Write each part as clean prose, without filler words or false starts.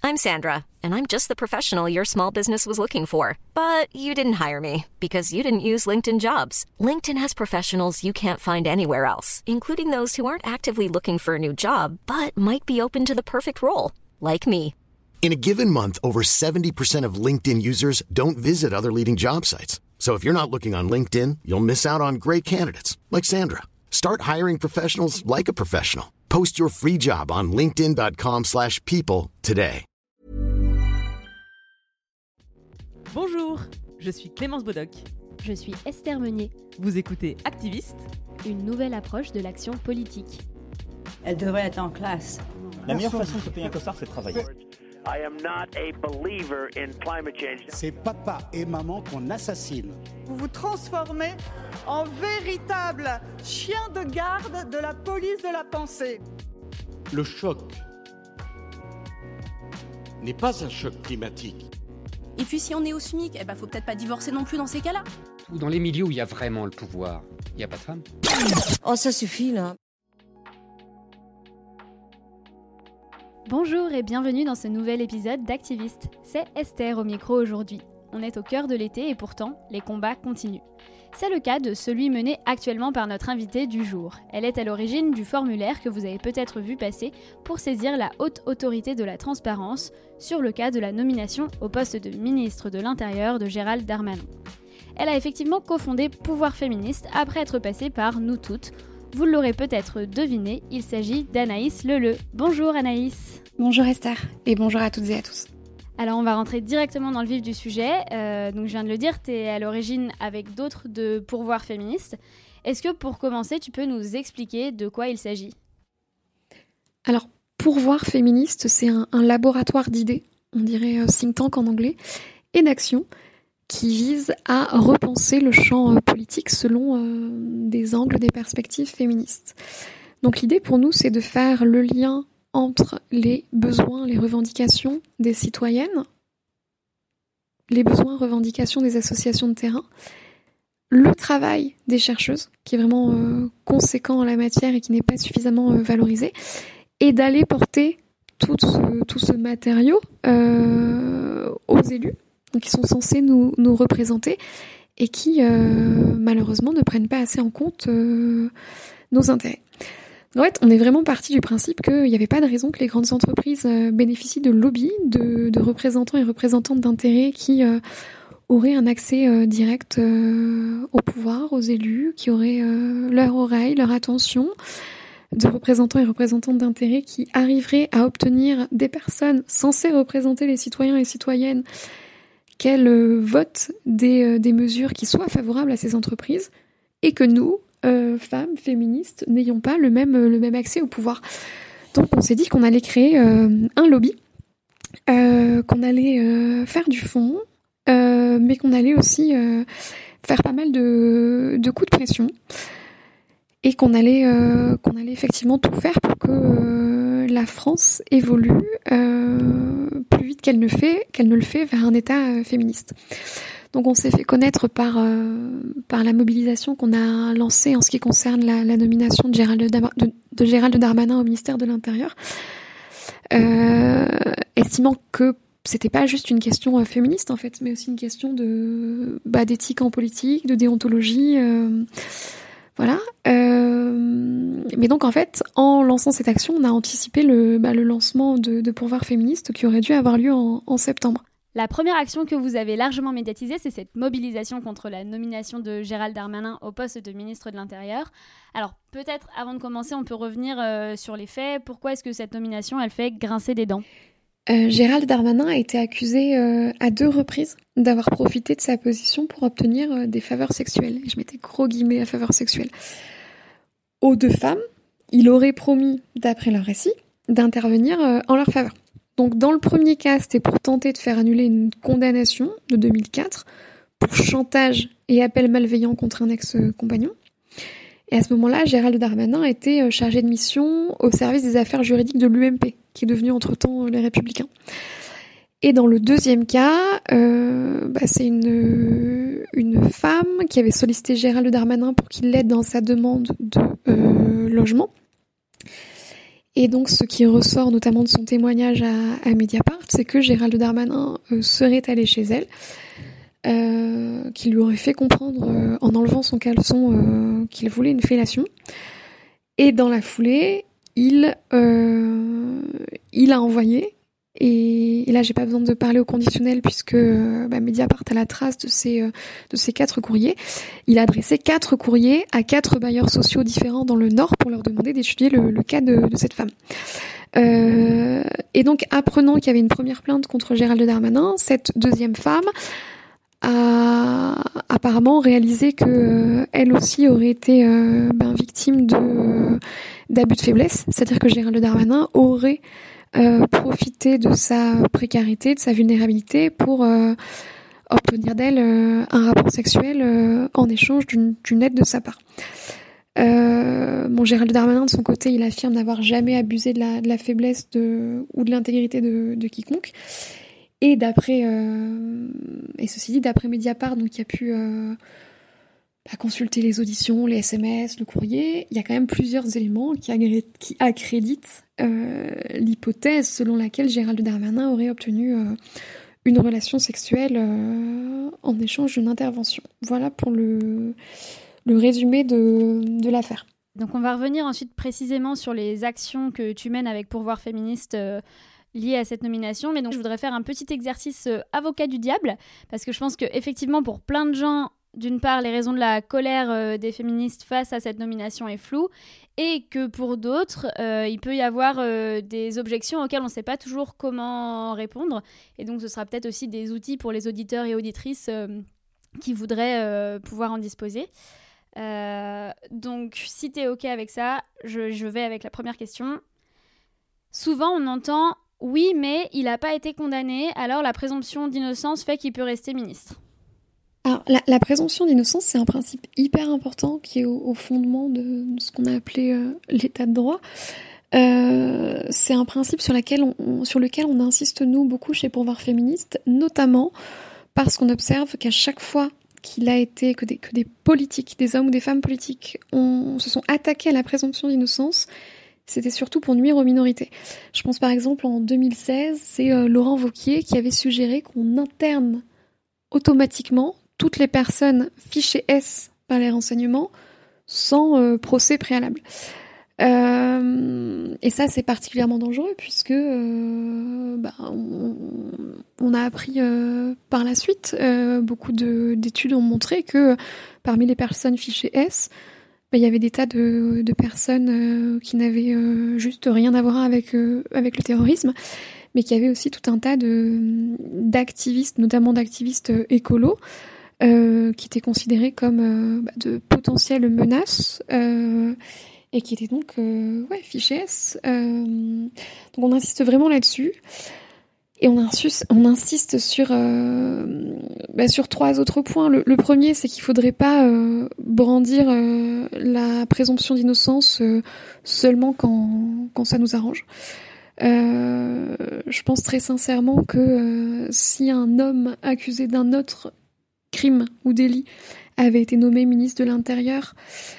I'm Sandra, and I'm just the professional your small business was looking for. But you didn't hire me because you didn't use LinkedIn Jobs. LinkedIn has professionals you can't find anywhere else, including those who aren't actively looking for a new job, but might be open to the perfect role, like me. In a given month, over 70% of LinkedIn users don't visit other leading job sites. So if you're not looking on LinkedIn, you'll miss out on great candidates like Sandra. Start hiring professionals like a professional. Post your free job on linkedin.com/people today. Bonjour, je suis Clémence Bodoc. Je suis Esther Meunier. Vous écoutez Activiste, une nouvelle approche de l'action politique. Elle devrait être en classe. La meilleure façon de se payer un costard, c'est de travailler. I am not a believer in climate change. C'est papa et maman qu'on assassine. Vous vous transformez en véritable chien de garde de la police de la pensée. Le choc n'est pas un choc climatique. Et puis si on est au SMIC, faut peut-être pas divorcer non plus dans ces cas-là. Dans les milieux où il y a vraiment le pouvoir, il n'y a pas de femmes. Oh, ça suffit là. Bonjour et bienvenue dans ce nouvel épisode d'Activiste. C'est Esther au micro aujourd'hui. On est au cœur de l'été et pourtant, les combats continuent. C'est le cas de celui mené actuellement par notre invitée du jour. Elle est à l'origine du formulaire que vous avez peut-être vu passer pour saisir la haute autorité de la transparence sur le cas de la nomination au poste de ministre de l'Intérieur de Gérald Darmanin. Elle a effectivement cofondé Pouvoir Féministe après être passée par Nous Toutes. Vous l'aurez peut-être deviné, il s'agit d'Anaïs Leleu. Bonjour Anaïs. Bonjour Esther et bonjour à toutes et à tous. Alors on va rentrer directement dans le vif du sujet. Donc je viens de le dire, tu es à l'origine avec d'autres de Pouvoir Féministe. Est-ce que pour commencer, tu peux nous expliquer de quoi il s'agit ? Alors Pouvoir Féministe, c'est un laboratoire d'idées, on dirait think tank en anglais, et d'action, qui vise à repenser le champ politique selon des angles, des perspectives féministes. Donc l'idée pour nous, c'est de faire le lien entre les besoins, les revendications des citoyennes, les besoins, revendications des associations de terrain, le travail des chercheuses, qui est vraiment conséquent en la matière et qui n'est pas suffisamment valorisé, et d'aller porter tout ce matériau aux élus, donc qui sont censés nous représenter, et qui malheureusement ne prennent pas assez en compte nos intérêts. En fait, on est vraiment parti du principe qu'il n'y avait pas de raison que les grandes entreprises bénéficient de lobbies, de représentants et représentantes d'intérêts qui auraient un accès direct au pouvoir, aux élus, qui auraient leur oreille, leur attention, de représentants et représentantes d'intérêts qui arriveraient à obtenir des personnes censées représenter les citoyens et citoyennes qu'elles votent des mesures qui soient favorables à ces entreprises, et que nous, femmes, féministes, n'ayons pas le même accès au pouvoir. Donc on s'est dit qu'on allait créer un lobby, qu'on allait faire du fond, mais qu'on allait aussi faire pas mal de coups de pression, et qu'on allait effectivement tout faire pour que la France évolue plus vite qu'elle ne le fait vers un État féministe. Donc on s'est fait connaître par la mobilisation qu'on a lancée en ce qui concerne la nomination de Gérald Darmanin au ministère de l'Intérieur, estimant que c'était pas juste une question féministe en fait, mais aussi une question d'éthique en politique, de déontologie, voilà. Mais donc en fait, en lançant cette action, on a anticipé le lancement de Pouvoir Féministe qui aurait dû avoir lieu en septembre. La première action que vous avez largement médiatisée, c'est cette mobilisation contre la nomination de Gérald Darmanin au poste de ministre de l'Intérieur. Alors peut-être, avant de commencer, on peut revenir sur les faits. Pourquoi est-ce que cette nomination, elle fait grincer des dents ? Gérald Darmanin a été accusé à 2 reprises d'avoir profité de sa position pour obtenir des faveurs sexuelles. Et je mettais gros guillemets à faveurs sexuelles. Aux 2 femmes, il aurait promis, d'après leur récit, d'intervenir en leur faveur. Donc dans le premier cas, c'était pour tenter de faire annuler une condamnation de 2004 pour chantage et appel malveillant contre un ex-compagnon. Et à ce moment-là, Gérald Darmanin a été chargé de mission au service des affaires juridiques de l'UMP, qui est devenu entre-temps les Républicains. Et dans le deuxième cas, c'est une femme qui avait sollicité Gérald Darmanin pour qu'il l'aide dans sa demande de logement. Et donc, ce qui ressort notamment de son témoignage à Mediapart, c'est que Gérald Darmanin serait allé chez elle, qu'il lui aurait fait comprendre, en enlevant son caleçon, qu'il voulait une fellation. Et dans la foulée, il a envoyé, et là j'ai pas besoin de parler au conditionnel puisque Mediapart a la trace de ces 4 courriers. Il a adressé 4 courriers à 4 bailleurs sociaux différents dans le Nord pour leur demander d'étudier le cas de cette femme. Et donc, apprenant qu'il y avait une première plainte contre Gérald Darmanin, cette deuxième femme a apparemment réalisé que elle aussi aurait été victime d'abus de faiblesse, c'est-à-dire que Gérald Darmanin aurait profité de sa précarité, de sa vulnérabilité pour obtenir d'elle un rapport sexuel en échange d'une aide de sa part. Gérald Darmanin, de son côté, il affirme n'avoir jamais abusé de la faiblesse ou de l'intégrité de quiconque. Et ceci dit, d'après Mediapart, donc qui a pu consulter les auditions, les SMS, le courrier, il y a quand même plusieurs éléments qui accréditent l'hypothèse selon laquelle Gérald Darmanin aurait obtenu une relation sexuelle en échange d'une intervention. Voilà pour le résumé de l'affaire. Donc on va revenir ensuite précisément sur les actions que tu mènes avec Pourvoir Féministe liées à cette nomination. Mais donc je voudrais faire un petit exercice avocat du diable, parce que je pense qu'effectivement pour plein de gens, d'une part, les raisons de la colère des féministes face à cette nomination est floue, et que pour d'autres, il peut y avoir des objections auxquelles on ne sait pas toujours comment répondre. Et donc ce sera peut-être aussi des outils pour les auditeurs et auditrices qui voudraient pouvoir en disposer. Donc si tu es OK avec ça, je vais avec la première question. Souvent on entend « oui, mais il n'a pas été condamné, alors la présomption d'innocence fait qu'il peut rester ministre ». Alors, la présomption d'innocence, c'est un principe hyper important qui est au fondement de ce qu'on a appelé l'état de droit. C'est un principe sur lequel on insiste, nous, beaucoup chez Pourvoir Féministe, notamment parce qu'on observe qu'à chaque fois qu'il a été que des politiques, des hommes ou des femmes politiques, se sont attaqués à la présomption d'innocence, c'était surtout pour nuire aux minorités. Je pense par exemple en 2016, c'est Laurent Wauquiez qui avait suggéré qu'on interne automatiquement toutes les personnes fichées S par les renseignements sans procès préalable. Et ça, c'est particulièrement dangereux puisque on a appris par la suite, beaucoup d'études ont montré que parmi les personnes fichées S, il y avait des tas de personnes qui n'avaient juste rien à voir avec le terrorisme, mais qui avaient aussi tout un tas d'activistes, notamment d'activistes écolos, qui étaient considérés comme de potentielles menaces et qui étaient donc fichés S. Donc on insiste vraiment là-dessus. Et on insiste sur 3 autres points. Le premier, c'est qu'il ne faudrait pas brandir la présomption d'innocence seulement quand ça nous arrange. Je pense très sincèrement que si un homme accusé d'un autre crime ou délit avait été nommé ministre de l'Intérieur,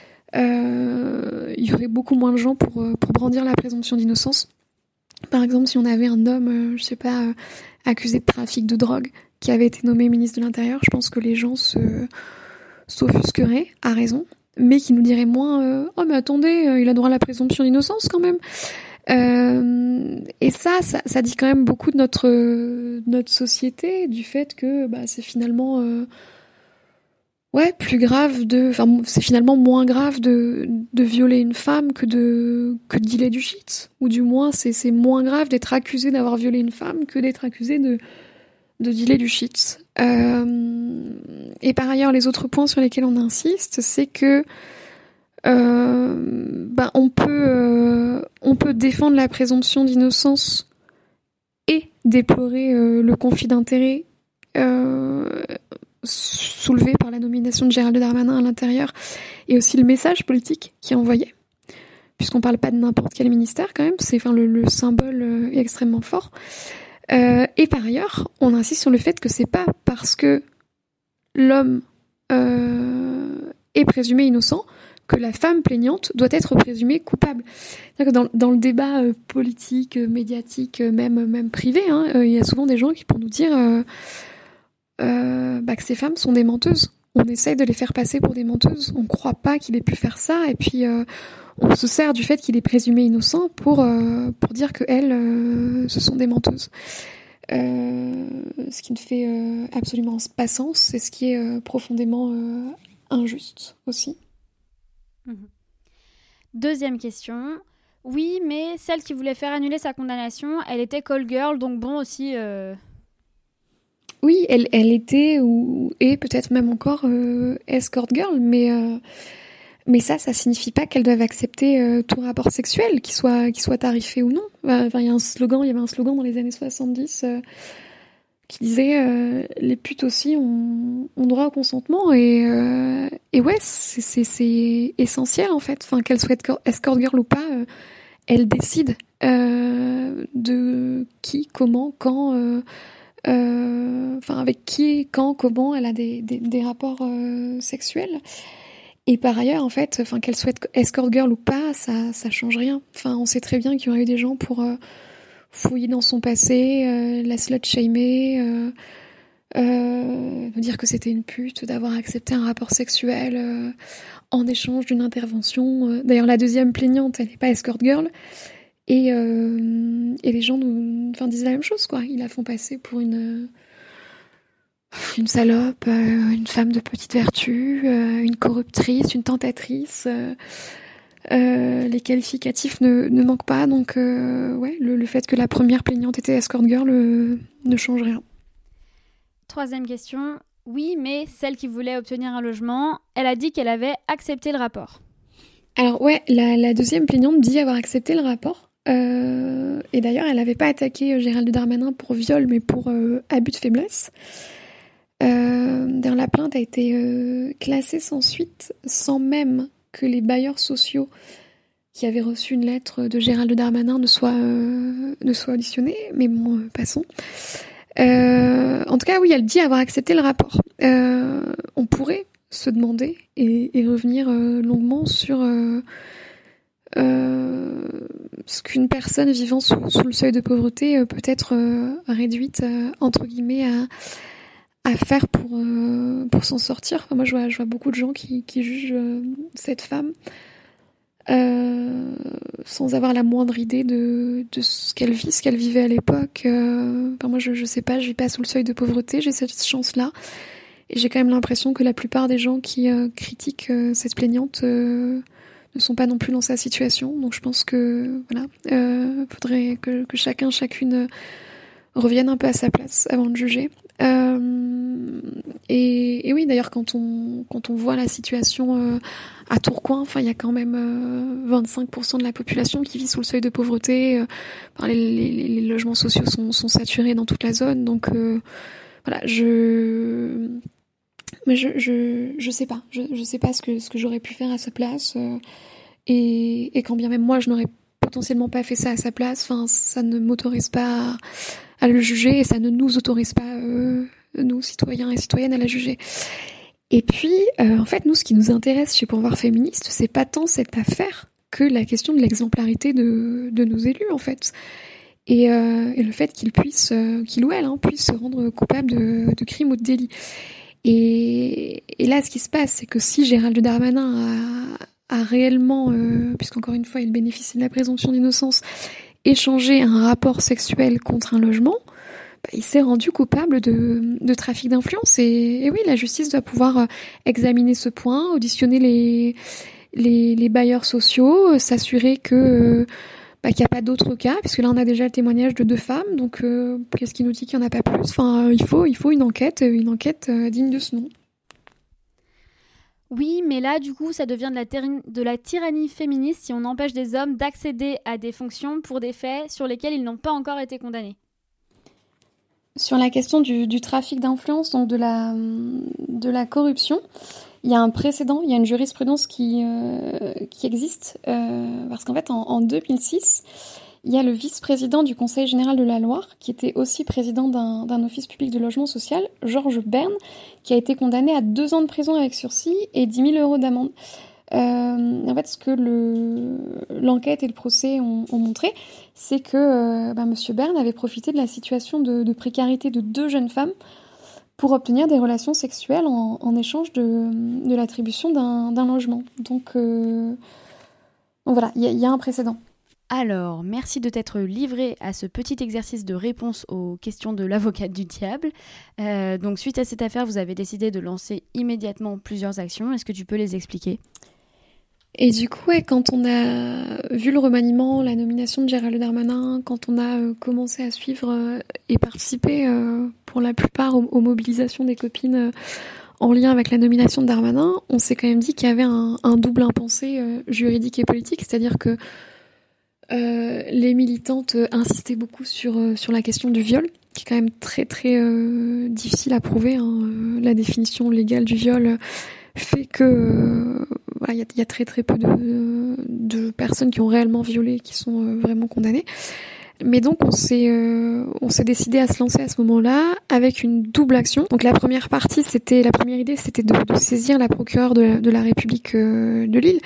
il y aurait beaucoup moins de gens pour brandir la présomption d'innocence. Par exemple, si on avait un homme, accusé de trafic de drogue, qui avait été nommé ministre de l'Intérieur, je pense que les gens s'offusqueraient, à raison, mais qui nous diraient moins « Oh mais attendez, il a droit à la présomption d'innocence quand même !» Et ça dit quand même beaucoup de notre société, du fait que c'est finalement plus grave c'est finalement moins grave de violer une femme que de dealer du shit, ou du moins c'est moins grave d'être accusé d'avoir violé une femme que d'être accusé de dealer du shit. Et par ailleurs, les autres points sur lesquels on insiste, c'est que on peut défendre la présomption d'innocence et déplorer le conflit d'intérêts soulevé par la nomination de Gérald Darmanin à l'intérieur, et aussi le message politique qui est envoyé, puisqu'on parle pas de n'importe quel ministère quand même, le symbole est extrêmement fort. Et par ailleurs, on insiste sur le fait que c'est pas parce que l'homme est présumé innocent que la femme plaignante doit être présumée coupable. C'est-à-dire que dans le débat politique, médiatique, même privé, il y a souvent des gens qui pourront nous dire que ces femmes sont des menteuses. On essaye de les faire passer pour des menteuses. On ne croit pas qu'il ait pu faire ça. Et puis, on se sert du fait qu'il est présumé innocent pour dire qu'elles, ce sont des menteuses. Ce qui ne fait absolument pas sens. C'est ce qui est profondément injuste aussi. Deuxième question. Oui, mais celle qui voulait faire annuler sa condamnation, elle était call girl, donc bon aussi... Oui, elle était ou est peut-être même encore escort girl, mais ça signifie pas qu'elles doivent accepter tout rapport sexuel, qu'il soit tarifé ou non. Enfin, il y avait un slogan dans les années 70 qui disait les putes aussi ont droit au consentement et ouais, c'est essentiel en fait. Enfin, qu'elles soient escort girl ou pas, elles décident de qui, comment, quand. Avec qui, quand, comment elle a des rapports sexuels. Et par ailleurs, en fait, qu'elle soit escort girl ou pas, ça change rien. Enfin, on sait très bien qu'il y aurait eu des gens pour fouiller dans son passé, la slut-shamer, nous dire que c'était une pute, d'avoir accepté un rapport sexuel en échange d'une intervention. D'ailleurs, la deuxième plaignante, elle n'est pas escort girl. Et les gens disent la même chose, quoi. Ils la font passer pour une salope, une femme de petite vertu, une corruptrice, une tentatrice. Les qualificatifs ne manquent pas, donc le fait que la première plaignante était escort girl ne change rien. Troisième question. Oui, mais celle qui voulait obtenir un logement, elle a dit qu'elle avait accepté le rapport. Alors ouais, la deuxième plaignante dit avoir accepté le rapport. Et d'ailleurs, elle n'avait pas attaqué Gérald Darmanin pour viol, mais pour abus de faiblesse. D'ailleurs, la plainte a été classée sans suite, sans même que les bailleurs sociaux qui avaient reçu une lettre de Gérald Darmanin ne soient auditionnés. Mais bon, passons. En tout cas, oui, elle dit avoir accepté le rapport. On pourrait se demander et revenir longuement sur... ce qu'une personne vivant sous le seuil de pauvreté peut être réduite entre guillemets à faire pour s'en sortir. Enfin, moi je vois beaucoup de gens qui jugent cette femme sans avoir la moindre idée de ce qu'elle vit, ce qu'elle vivait à l'époque. Moi je sais pas, je vis pas sous le seuil de pauvreté, j'ai cette chance là et j'ai quand même l'impression que la plupart des gens qui critiquent cette plaignante ne sont pas non plus dans sa situation. Donc je pense que faudrait que chacune revienne un peu à sa place avant de juger. Et oui, d'ailleurs, quand on voit la situation à Tourcoing, il y a quand même 25% de la population qui vit sous le seuil de pauvreté. Les logements sociaux sont saturés dans toute la zone. Donc mais je sais pas. Je sais pas ce que j'aurais pu faire à sa place. Et quand bien même moi, je n'aurais potentiellement pas fait ça à sa place, ça ne m'autorise pas à le juger et ça ne nous autorise pas, nous, citoyens et citoyennes, à la juger. Et puis, en fait, nous, ce qui nous intéresse chez Pourvoir Féministe, c'est pas tant cette affaire que la question de l'exemplarité de nos élus, en fait. Et le fait qu'ils ou elles, puissent se rendre coupables de crimes ou de délits. Et là, ce qui se passe, c'est que si Gérald Darmanin a réellement, puisqu'encore une fois, il bénéficie de la présomption d'innocence, échangé un rapport sexuel contre un logement, il s'est rendu coupable de trafic d'influence. Et oui, la justice doit pouvoir examiner ce point, auditionner les bailleurs sociaux, s'assurer que qu'il n'y a pas d'autres cas, puisque là on a déjà le témoignage de 2 femmes, donc qu'est-ce qui nous dit qu'il n'y en a pas plus ? Il faut une enquête digne de ce nom. Oui, mais là, du coup, ça devient de la tyrannie féministe si on empêche des hommes d'accéder à des fonctions pour des faits sur lesquels ils n'ont pas encore été condamnés. Sur la question du trafic d'influence, donc de la corruption, il y a un précédent, il y a une jurisprudence qui existe, parce qu'en fait, en 2006, il y a le vice-président du Conseil général de la Loire, qui était aussi président d'un office public de logement social, Georges Berne, qui a été condamné à 2 ans de prison avec sursis et 10 000 euros d'amende. En fait, ce que l'enquête et le procès ont montré, c'est que Monsieur Bern avait profité de la situation de précarité de 2 jeunes femmes pour obtenir des relations sexuelles en échange de l'attribution d'un logement. Donc voilà, il y a un précédent. Alors, merci de t'être livré à ce petit exercice de réponse aux questions de l'avocate du diable. Donc, suite à cette affaire, vous avez décidé de lancer immédiatement plusieurs actions. Est-ce que tu peux les expliquer ? Et du coup, quand on a vu le remaniement, la nomination de Gérald Darmanin, quand on a commencé à suivre et participer pour la plupart aux mobilisations des copines en lien avec la nomination de Darmanin, on s'est quand même dit qu'il y avait un double impensé juridique et politique, c'est-à-dire que les militantes insistaient beaucoup sur la question du viol, qui est quand même très très difficile à prouver. La définition légale du viol fait que il y a très très peu de personnes qui ont réellement violé, qui sont vraiment condamnées. Mais donc on s'est décidé à se lancer à ce moment-là avec une double action. Donc la première idée, c'était de saisir la procureure de la République de Lille.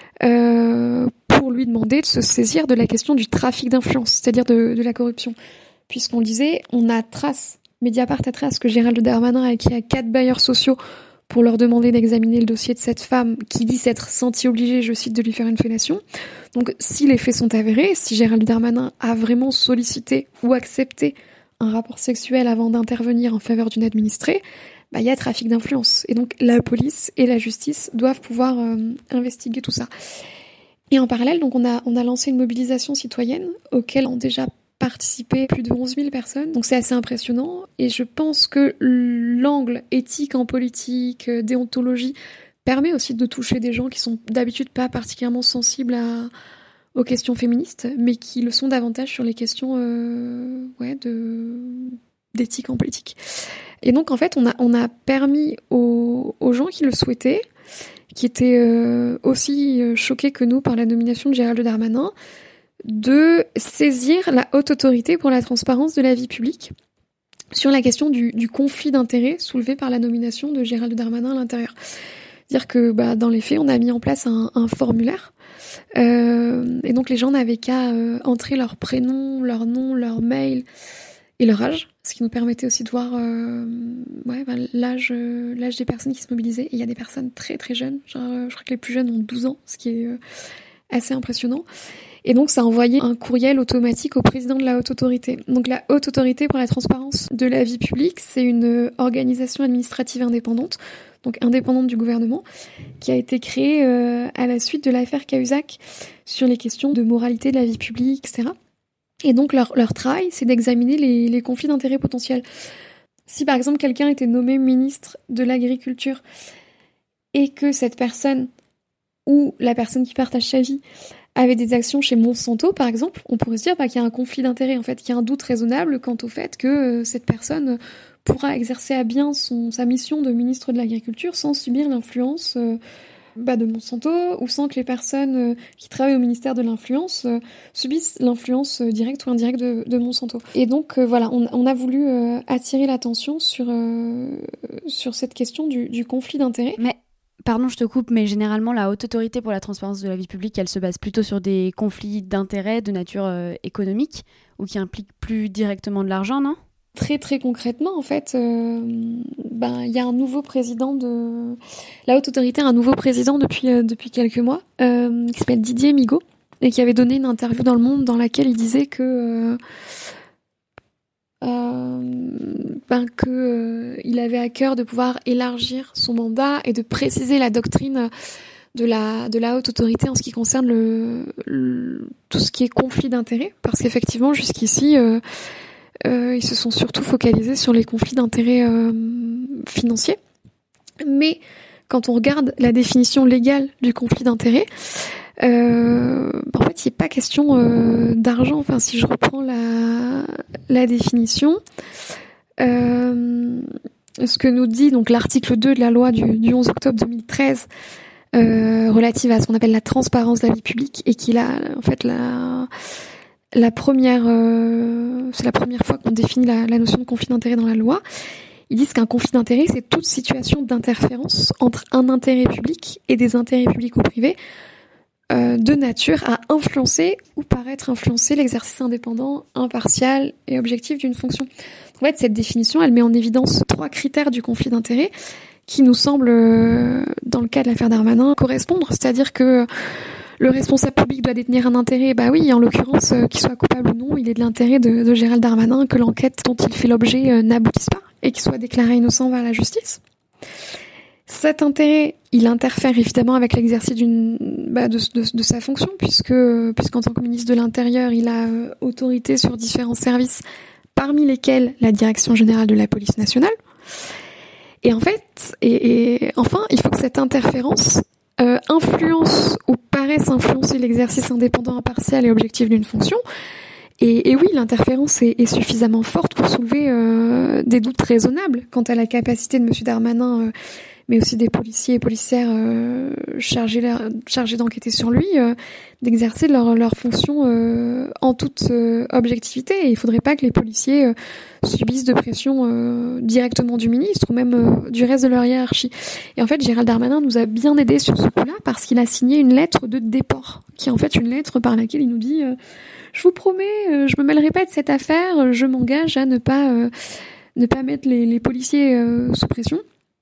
Pour lui demander de se saisir de la question du trafic d'influence, c'est-à-dire de la corruption. Puisqu'on le disait, on a trace, Mediapart a trace que Gérald Darmanin a écrit à 4 bailleurs sociaux pour leur demander d'examiner le dossier de cette femme qui dit s'être sentie obligée, je cite, de lui faire une fellation. Donc si les faits sont avérés, si Gérald Darmanin a vraiment sollicité ou accepté un rapport sexuel avant d'intervenir en faveur d'une administrée, il y a trafic d'influence. Et donc la police et la justice doivent pouvoir investiguer tout ça. Et en parallèle, donc on a lancé une mobilisation citoyenne auquel ont déjà participé plus de 11 000 personnes. Donc c'est assez impressionnant. Et je pense que l'angle éthique en politique, déontologie, permet aussi de toucher des gens qui sont d'habitude pas particulièrement sensibles aux questions féministes, mais qui le sont davantage sur les questions d'éthique en politique. Et donc en fait, on a permis aux gens qui le souhaitaient, qui étaient aussi choqués que nous par la nomination de Gérald Darmanin, de saisir la haute autorité pour la transparence de la vie publique sur la question du conflit d'intérêts soulevé par la nomination de Gérald Darmanin à l'intérieur. C'est-à-dire que dans les faits, on a mis en place un formulaire et donc les gens n'avaient qu'à entrer leur prénom, leur nom, leur mail et leur âge, ce qui nous permettait aussi de voir l'âge des personnes qui se mobilisaient. Et il y a des personnes très très jeunes, je crois que les plus jeunes ont 12 ans, ce qui est assez impressionnant. Et donc ça a envoyé un courriel automatique au président de la haute autorité. Donc la haute autorité pour la transparence de la vie publique, c'est une organisation administrative indépendante, donc indépendante du gouvernement, qui a été créée à la suite de l'affaire Cahuzac sur les questions de moralité de la vie publique, etc. Et donc leur travail, c'est d'examiner les conflits d'intérêts potentiels. Si par exemple quelqu'un était nommé ministre de l'Agriculture et que cette personne ou la personne qui partage sa vie avait des actions chez Monsanto, par exemple, on pourrait se dire qu'il y a un conflit d'intérêts, en fait, qu'il y a un doute raisonnable quant au fait que cette personne pourra exercer à bien sa mission de ministre de l'Agriculture sans subir l'influence de Monsanto, ou sans que les personnes qui travaillent au ministère de l'influence subissent l'influence directe ou indirecte de Monsanto. Et donc on a voulu attirer l'attention sur cette question du conflit d'intérêts. Mais pardon, je te coupe, mais généralement, la haute autorité pour la transparence de la vie publique, elle se base plutôt sur des conflits d'intérêts de nature économique ou qui impliquent plus directement de l'argent, non ? Très très concrètement, en fait, il y a un nouveau président de la haute autorité, un nouveau président depuis quelques mois, qui s'appelle Didier Migaud, et qui avait donné une interview dans Le Monde dans laquelle il disait que il avait à cœur de pouvoir élargir son mandat et de préciser la doctrine de la haute autorité en ce qui concerne tout ce qui est conflit d'intérêts, parce qu'effectivement jusqu'ici ils se sont surtout focalisés sur les conflits d'intérêts financiers. Mais quand on regarde la définition légale du conflit d'intérêts, en fait, il n'est pas question d'argent. Enfin, si je reprends la définition, ce que nous dit donc l'article 2 de la loi du 11 octobre 2013 relative à ce qu'on appelle la transparence de la vie publique, et qu'il a en fait c'est la première fois qu'on définit la notion de conflit d'intérêt dans la loi. Ils disent qu'un conflit d'intérêts, c'est toute situation d'interférence entre un intérêt public et des intérêts publics ou privés de nature à influencer ou paraître influencer l'exercice indépendant, impartial et objectif d'une fonction. En fait, cette définition, elle met en évidence 3 critères du conflit d'intérêts qui nous semblent, dans le cas de l'affaire Darmanin, correspondre. C'est-à-dire que le responsable public doit détenir un intérêt, bah oui, en l'occurrence, qu'il soit coupable ou non, il est de l'intérêt de Gérald Darmanin que l'enquête dont il fait l'objet n'aboutisse pas et qu'il soit déclaré innocent par la justice. Cet intérêt, il interfère évidemment avec l'exercice de sa fonction, puisqu'en tant que ministre de l'Intérieur, il a autorité sur différents services, parmi lesquels la Direction générale de la police nationale. Et en fait, enfin, il faut que cette interférence influence ou paraisse influencer l'exercice indépendant, impartial et objectif d'une fonction. Et oui, l'interférence est suffisamment forte pour soulever des doutes raisonnables quant à la capacité de M. Darmanin, mais aussi des policiers et policières chargés d'enquêter sur lui, d'exercer leur fonction en toute objectivité. Et il ne faudrait pas que les policiers subissent de pression directement du ministre ou même du reste de leur hiérarchie. Et en fait, Gérald Darmanin nous a bien aidés sur ce coup-là parce qu'il a signé une lettre de déport, qui est en fait une lettre par laquelle il nous dit je vous promets, je me mêlerai pas de cette affaire, je m'engage à ne pas mettre les policiers sous pression.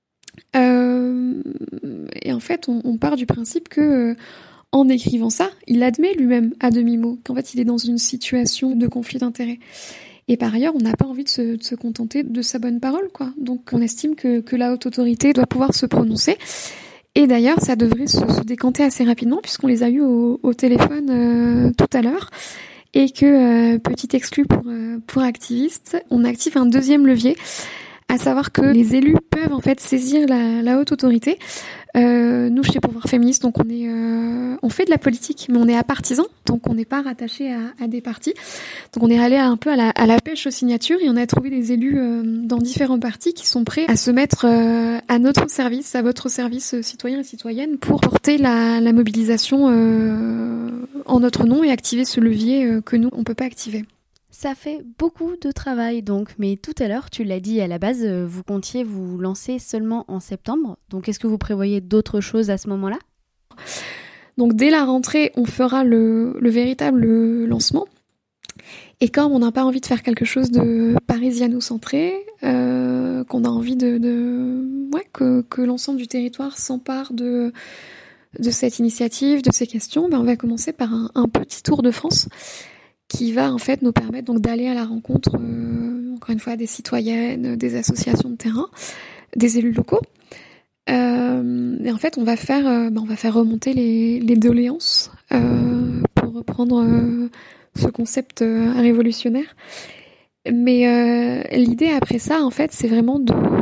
Et en fait, on part du principe que, en écrivant ça, il admet lui-même à demi-mot qu'en fait, il est dans une situation de conflit d'intérêts. Et par ailleurs, on n'a pas envie de se contenter de sa bonne parole, quoi. Donc, on estime que la haute autorité doit pouvoir se prononcer. Et d'ailleurs, ça devrait se décanter assez rapidement, puisqu'on les a eus au téléphone tout à l'heure. Et que, petit exclu pour activistes, on active un deuxième levier, à savoir que les élus peuvent en fait saisir la haute autorité. Nous, chez Pouvoir Féministe, donc on fait de la politique, mais on est apartisan, donc on n'est pas rattaché à des partis. Donc on est allé un peu à la pêche aux signatures et on a trouvé des élus dans différents partis qui sont prêts à se mettre à notre service, à votre service, citoyens et citoyennes, pour porter la mobilisation en notre nom et activer ce levier que nous, on peut pas activer. Ça fait beaucoup de travail donc, mais tout à l'heure, tu l'as dit à la base, vous comptiez vous lancer seulement en septembre. Donc est-ce que vous prévoyez d'autres choses à ce moment-là ? Donc dès la rentrée, on fera le véritable lancement. Et comme on n'a pas envie de faire quelque chose de parisiano-centré, qu'on a envie que l'ensemble du territoire s'empare de cette initiative, de ces questions, on va commencer par un petit tour de France qui va en fait nous permettre donc d'aller à la rencontre, encore une fois, des citoyennes, des associations de terrain, des élus locaux. Et en fait, on va faire remonter les doléances pour reprendre ce concept révolutionnaire. Mais l'idée après ça, en fait, c'est vraiment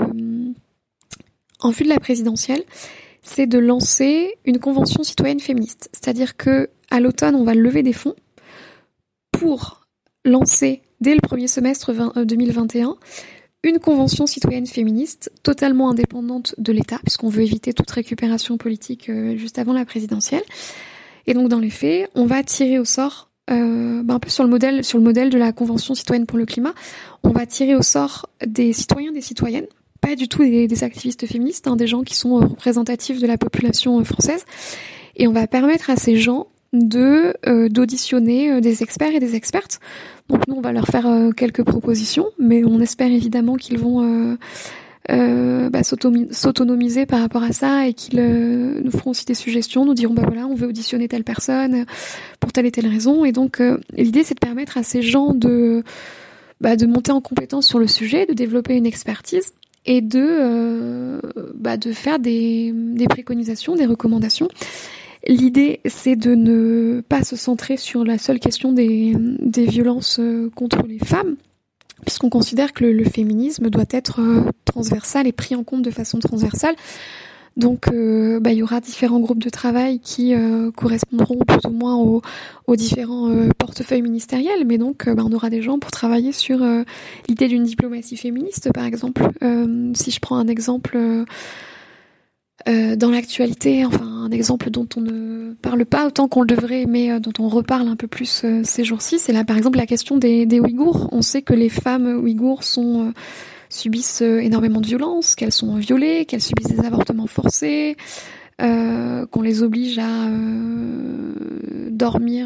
en vue de la présidentielle, c'est de lancer une convention citoyenne féministe. C'est-à-dire que à l'automne, on va lever des fonds pour lancer, dès le premier semestre 2021, une convention citoyenne féministe totalement indépendante de l'État, puisqu'on veut éviter toute récupération politique juste avant la présidentielle. Et donc, dans les faits, on va tirer au sort, un peu sur le modèle de la Convention citoyenne pour le climat, on va tirer au sort des citoyens, des citoyennes, pas du tout des activistes féministes, des gens qui sont représentatifs de la population française, et on va permettre à ces gens d'auditionner des experts et des expertes. Donc nous, on va leur faire quelques propositions, mais on espère évidemment qu'ils vont s'autonomiser par rapport à ça et qu'ils nous feront aussi des suggestions, nous diront voilà, on veut auditionner telle personne pour telle et telle raison. Et donc l'idée, c'est de permettre à ces gens de monter en compétence sur le sujet, de développer une expertise et de faire des préconisations, des recommandations. L'idée, c'est de ne pas se centrer sur la seule question des violences contre les femmes, puisqu'on considère que le féminisme doit être transversal et pris en compte de façon transversale. Donc, il y aura différents groupes de travail qui correspondront plus ou moins aux différents portefeuilles ministériels, mais donc on aura des gens pour travailler sur l'idée d'une diplomatie féministe, par exemple. Si je prends un exemple Dans l'actualité, enfin un exemple dont on ne parle pas autant qu'on le devrait, mais dont on reparle un peu plus ces jours-ci, c'est là par exemple la question des Ouïghours. On sait que les femmes ouïghours subissent énormément de violences, qu'elles sont violées, qu'elles subissent des avortements forcés, qu'on les oblige à dormir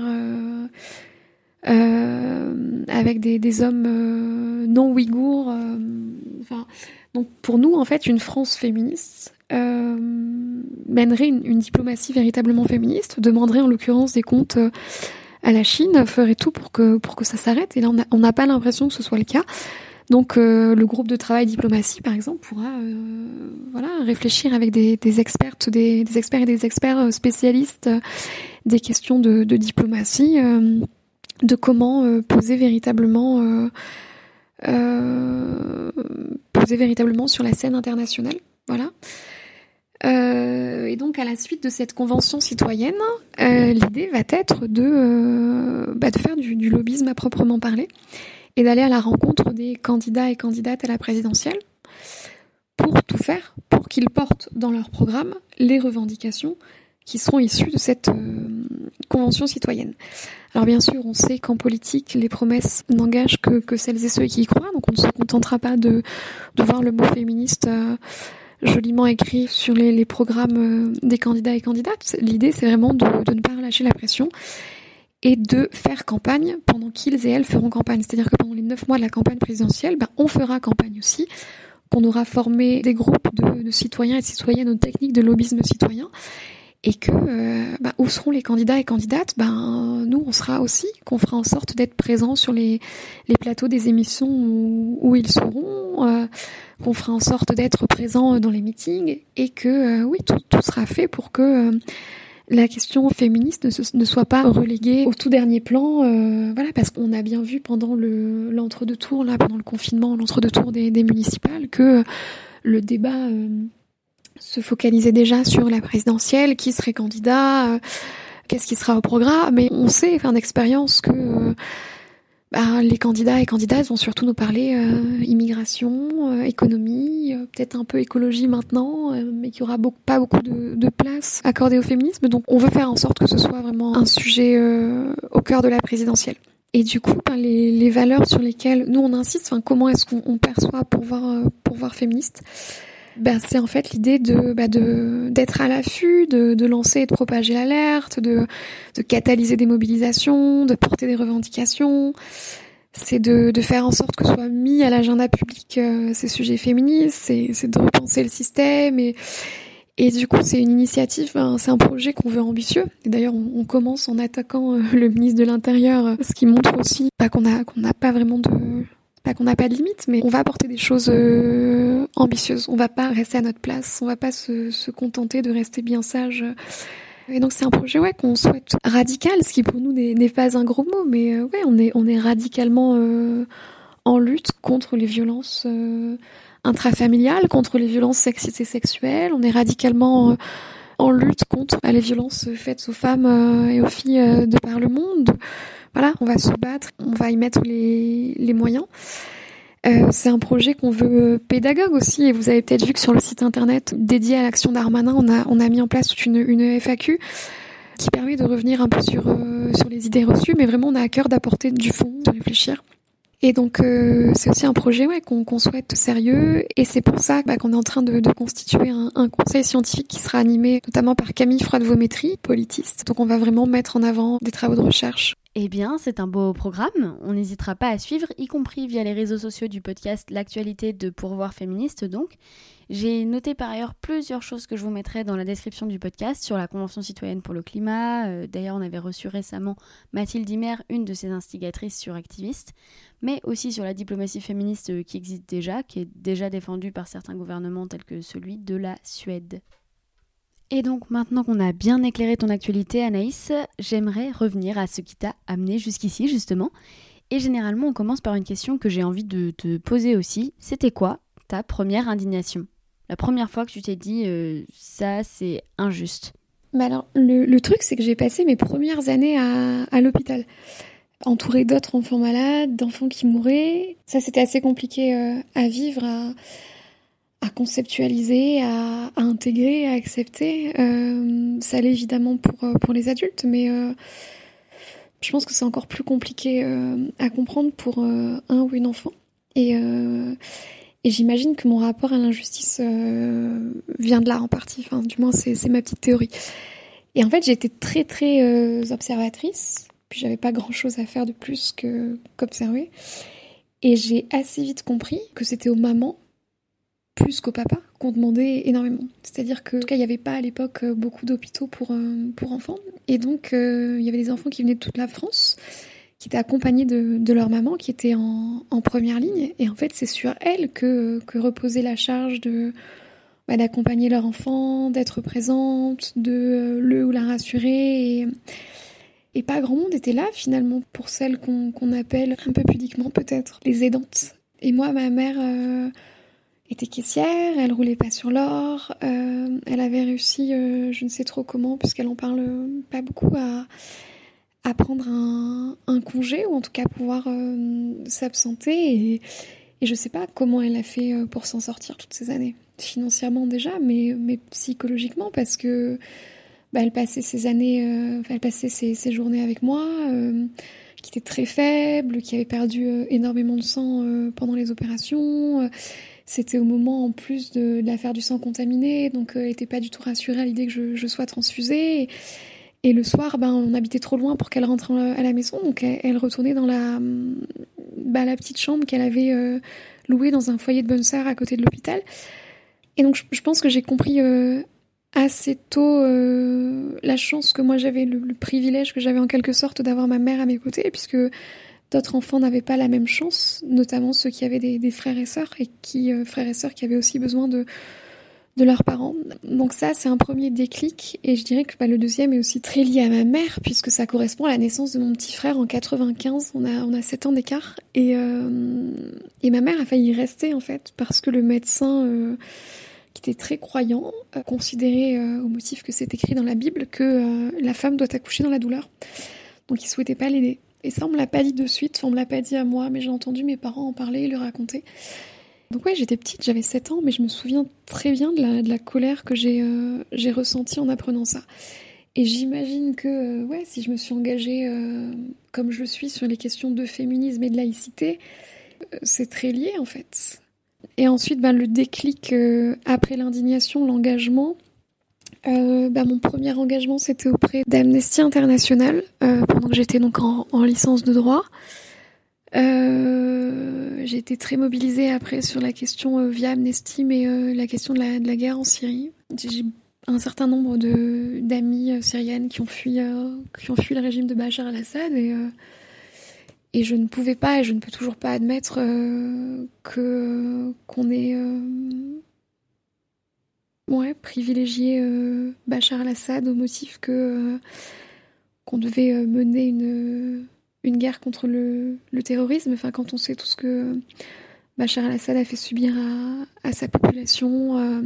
avec des hommes non ouïghours. Donc pour nous, en fait, une France féministe mènerait une diplomatie véritablement féministe, demanderait en l'occurrence des comptes à la Chine, ferait tout pour que ça s'arrête. Et là, on n'a pas l'impression que ce soit le cas. Donc le groupe de travail diplomatie, par exemple, pourra réfléchir avec des expertes, des experts et des experts spécialistes des questions de diplomatie, de comment poser véritablement sur la scène internationale. Voilà. Et donc à la suite de cette convention citoyenne, l'idée va être de faire du lobbyisme à proprement parler et d'aller à la rencontre des candidats et candidates à la présidentielle pour tout faire pour qu'ils portent dans leur programme les revendications qui seront issues de cette convention citoyenne. Alors bien sûr, on sait qu'en politique, les promesses n'engagent que celles et ceux qui y croient, donc on ne se contentera pas de voir le mot féministe joliment écrit sur les programmes des candidats et candidates. L'idée, c'est vraiment de ne pas relâcher la pression et de faire campagne pendant qu'ils et elles feront campagne. C'est-à-dire que pendant les 9 mois de la campagne présidentielle, on fera campagne aussi, qu'on aura formé des groupes de citoyens et de citoyennes aux techniques de lobbyisme citoyen, et que où seront les candidats et candidates, nous on sera aussi, qu'on fera en sorte d'être présents sur les plateaux des émissions où ils seront, qu'on fera en sorte d'être présents dans les meetings, et que tout sera fait pour que la question féministe ne soit pas reléguée au tout dernier plan, parce qu'on a bien vu pendant l'entre-deux tours, pendant le confinement, l'entre-deux tours des municipales, que le débat se focalisait déjà sur la présidentielle, qui serait candidat, qu'est-ce qui sera au programme, mais on sait, d'expérience, que les candidats et candidates vont surtout nous parler immigration, économie, peut-être un peu écologie maintenant, mais qu'il y aura pas beaucoup de place accordée au féminisme. Donc on veut faire en sorte que ce soit vraiment un sujet au cœur de la présidentielle. Et du coup, les valeurs sur lesquelles nous on insiste, comment est-ce qu'on perçoit pourvoir féministe, c'est en fait l'idée d'être à l'affût, de lancer et de propager l'alerte, de catalyser des mobilisations, de porter des revendications. C'est de faire en sorte que soient mis à l'agenda public ces sujets féministes, c'est de repenser le système, et du coup c'est une initiative, c'est un projet qu'on veut ambitieux. Et d'ailleurs on commence en attaquant le ministre de l'Intérieur, ce qui montre aussi qu'on n'a pas vraiment qu'on n'a pas de limite, mais on va apporter des choses ambitieuses. On va pas rester à notre place, on va pas se contenter de rester bien sage. Et donc c'est un projet qu'on souhaite radical, ce qui pour nous n'est pas un gros mot, mais on est radicalement en lutte contre les violences intrafamiliales, contre les violences sexistes et sexuelles. On est radicalement en lutte contre les violences faites aux femmes et aux filles de par le monde. Voilà, on va se battre, on va y mettre les moyens. C'est un projet qu'on veut pédagogue aussi, et vous avez peut-être vu que sur le site internet dédié à l'action Darmanin, on a mis en place toute une FAQ qui permet de revenir un peu sur les idées reçues, mais vraiment on a à cœur d'apporter du fond, de réfléchir. Et donc c'est aussi un projet qu'on souhaite sérieux, et c'est pour ça qu'on est en train de constituer un conseil scientifique qui sera animé notamment par Camille Froide-Vaumétry, politiste. Donc on va vraiment mettre en avant des travaux de recherche. Eh bien, c'est un beau programme, on n'hésitera pas à suivre, y compris via les réseaux sociaux du podcast L'actualité de Pourvoir Féministe donc. J'ai noté par ailleurs plusieurs choses que je vous mettrai dans la description du podcast sur la Convention citoyenne pour le climat. D'ailleurs, on avait reçu récemment Mathilde Imer, une de ses instigatrices sur Activiste, mais aussi sur la diplomatie féministe qui existe déjà, qui est déjà défendue par certains gouvernements tels que celui de la Suède. Et donc maintenant qu'on a bien éclairé ton actualité, Anaïs, j'aimerais revenir à ce qui t'a amené jusqu'ici justement. Et généralement on commence par une question que j'ai envie de te poser aussi. C'était quoi ta première indignation ? La première fois que tu t'es dit ça c'est injuste. Alors le truc c'est que j'ai passé mes premières années à l'hôpital, entourée d'autres enfants malades, d'enfants qui mouraient. Ça c'était assez compliqué à vivre, conceptualiser, à intégrer, à accepter. Ça l'est évidemment pour les adultes, mais je pense que c'est encore plus compliqué à comprendre pour un ou une enfant. Et j'imagine que mon rapport à l'injustice vient de là en partie. Enfin, du moins, c'est ma petite théorie. Et en fait, j'étais très, très observatrice. Puis j'avais pas grand-chose à faire de plus qu'observer. Et j'ai assez vite compris que c'était aux mamans, plus qu'aux papas, qu'on demandait énormément. C'est-à-dire que, en tout cas, il n'y avait pas à l'époque beaucoup d'hôpitaux pour enfants. Et donc, il y avait des enfants qui venaient de toute la France, qui étaient accompagnés de leur maman, qui était en première ligne. Et en fait, c'est sur elle que reposait la charge d'accompagner leur enfant, d'être présente, de le ou la rassurer. Et pas grand monde était là, finalement, pour celles qu'on appelle, un peu pudiquement peut-être, les aidantes. Et moi, ma mère était caissière, elle roulait pas sur l'or, elle avait réussi, je ne sais trop comment, puisqu'elle en parle pas beaucoup, à prendre un congé, ou en tout cas pouvoir s'absenter. Et je sais pas comment elle a fait pour s'en sortir toutes ces années. Financièrement déjà, mais psychologiquement, parce que elle passait ses années, elle passait ses journées avec moi, qui était très faible, qui avait perdu énormément de sang pendant les opérations. C'était au moment en plus de l'affaire du sang contaminé, donc elle n'était pas du tout rassurée à l'idée que je sois transfusée. Et le soir, on habitait trop loin pour qu'elle rentre à la maison, donc elle retournait dans la petite chambre qu'elle avait louée dans un foyer de bonne sœur à côté de l'hôpital. Et donc je pense que j'ai compris assez tôt la chance que moi j'avais, le privilège que j'avais en quelque sorte d'avoir ma mère à mes côtés, puisque d'autres enfants n'avaient pas la même chance, notamment ceux qui avaient des frères et sœurs, frères et sœurs qui avaient aussi besoin de leurs parents. Donc ça, c'est un premier déclic, et je dirais que le deuxième est aussi très lié à ma mère, puisque ça correspond à la naissance de mon petit frère en 95, on a 7 ans d'écart, et ma mère a failli rester en fait, parce que le médecin... qui était très croyant, considérait au motif que c'est écrit dans la Bible que la femme doit accoucher dans la douleur. Donc il souhaitait pas l'aider. Et ça, on me l'a pas dit de suite, on me l'a pas dit à moi, mais j'ai entendu mes parents en parler et le raconter. Donc ouais, j'étais petite, j'avais 7 ans, mais je me souviens très bien de la colère que j'ai ressentie en apprenant ça. Et j'imagine que si je me suis engagée comme je le suis sur les questions de féminisme et de laïcité, c'est très lié en fait. Et ensuite, le déclic après l'indignation, l'engagement. Mon premier engagement, c'était auprès d'Amnesty International, pendant que j'étais donc en licence de droit. J'ai été très mobilisée après sur la question via Amnesty, mais la question de la guerre en Syrie. J'ai un certain nombre d'amies syriennes qui ont fui le régime de Bachar al-Assad, et je ne pouvais pas, et je ne peux toujours pas admettre qu'on ait privilégié Bachar al-Assad au motif qu'on devait mener une guerre contre le terrorisme. Enfin, quand on sait tout ce que Bachar al-Assad a fait subir à sa population,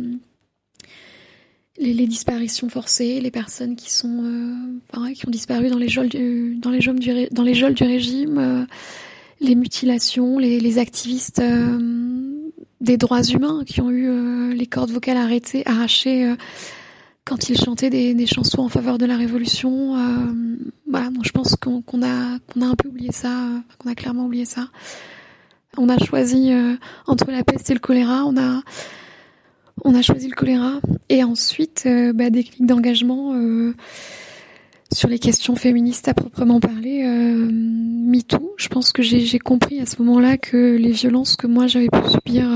les disparitions forcées, les personnes qui ont disparu dans les geôles du régime, les mutilations, les activistes des droits humains qui ont eu les cordes vocales arrachées quand ils chantaient des chansons en faveur de la révolution. Donc je pense qu'on a un peu oublié ça, qu'on a clairement oublié ça. On a choisi entre la peste et le choléra, on a choisi le choléra, et ensuite des clics d'engagement sur les questions féministes à proprement parler, MeToo. Je pense que j'ai compris à ce moment-là que les violences que moi j'avais pu subir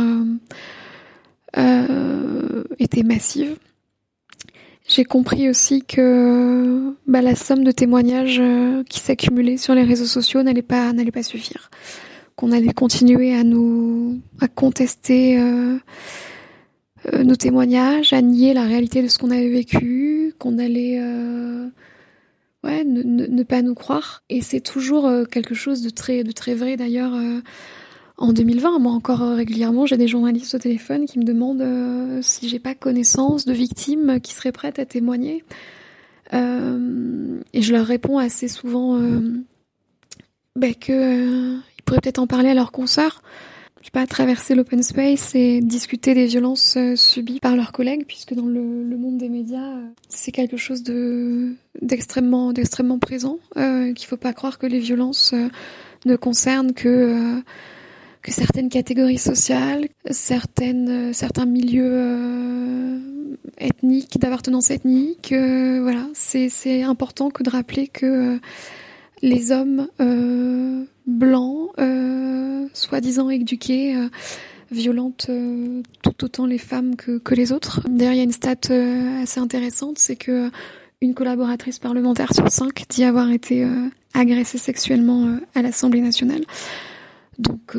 étaient massives. J'ai compris aussi que la somme de témoignages qui s'accumulaient sur les réseaux sociaux n'allait pas suffire, qu'on allait continuer à contester nos témoignages, à nier la réalité de ce qu'on avait vécu, qu'on allait ne pas nous croire. Et c'est toujours quelque chose de très vrai d'ailleurs. En 2020, moi encore régulièrement, j'ai des journalistes au téléphone qui me demandent si j'ai pas connaissance de victimes qui seraient prêtes à témoigner. Et je leur réponds assez souvent qu'ils pourraient peut-être en parler à leurs consoeurs. traverser l'open space et discuter des violences subies par leurs collègues, puisque dans le monde des médias, c'est quelque chose d'extrêmement présent, qu'il faut pas croire que les violences ne concernent que certaines catégories sociales, certains milieux ethniques, d'appartenance ethnique. Voilà, c'est important que de rappeler que les hommes blancs, soi-disant éduqués, violentent tout autant les femmes que les autres. D'ailleurs, il y a une stat assez intéressante, c'est que une collaboratrice parlementaire sur 5 dit avoir été agressée sexuellement à l'Assemblée nationale. Donc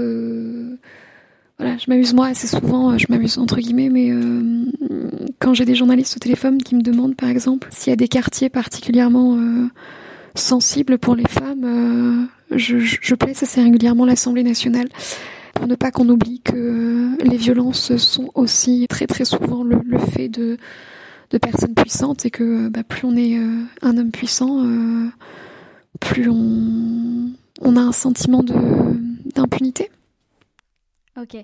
voilà, je m'amuse moi assez souvent, je m'amuse entre guillemets, mais quand j'ai des journalistes au téléphone qui me demandent par exemple s'il y a des quartiers particulièrement sensibles pour les femmes, je place assez régulièrement l'Assemblée nationale pour ne pas qu'on oublie que les violences sont aussi très très souvent le fait de personnes puissantes et que plus on est un homme puissant, plus on a un sentiment d'impunité. Ok.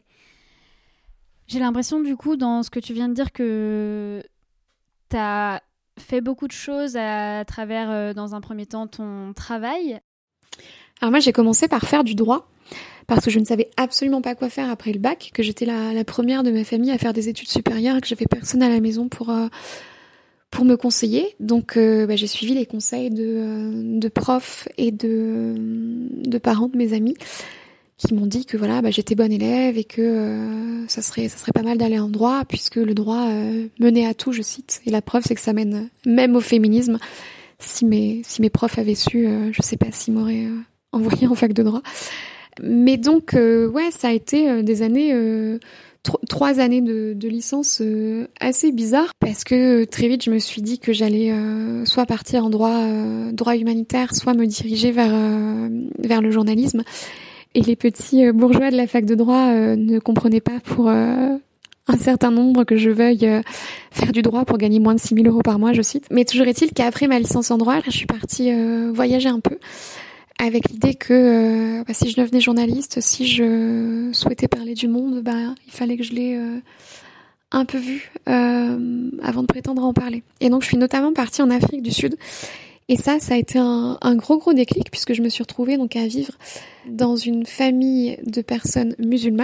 J'ai l'impression du coup dans ce que tu viens de dire que t'as fait beaucoup de choses à travers dans un premier temps ton travail. Alors moi j'ai commencé par faire du droit parce que je ne savais absolument pas quoi faire après le bac, que j'étais la première de ma famille à faire des études supérieures et que j'avais personne à la maison pour me conseiller. Donc j'ai suivi les conseils de profs et de parents de mes amis qui m'ont dit que voilà, j'étais bonne élève et que ça serait pas mal d'aller en droit puisque le droit menait à tout, je cite. Et la preuve, c'est que ça mène même au féminisme. Si mes profs avaient su, je sais pas s'ils m'auraient envoyé en fac de droit. Mais donc, ça a été des années... 3 années de licence assez bizarres parce que très vite je me suis dit que j'allais soit partir en droit humanitaire, soit me diriger vers le journalisme. Et les petits bourgeois de la fac de droit ne comprenaient pas pour un certain nombre que je veuille faire du droit pour gagner moins de 6 000 € par mois, je cite. Mais toujours est-il qu'après ma licence en droit, je suis partie voyager un peu avec l'idée que si je devenais journaliste, si je souhaitais parler du monde, il fallait que je l'ai un peu vu avant de prétendre en parler. Et donc je suis notamment partie en Afrique du Sud. Et ça a été un gros déclic puisque je me suis retrouvée donc à vivre dans une famille de personnes musulmanes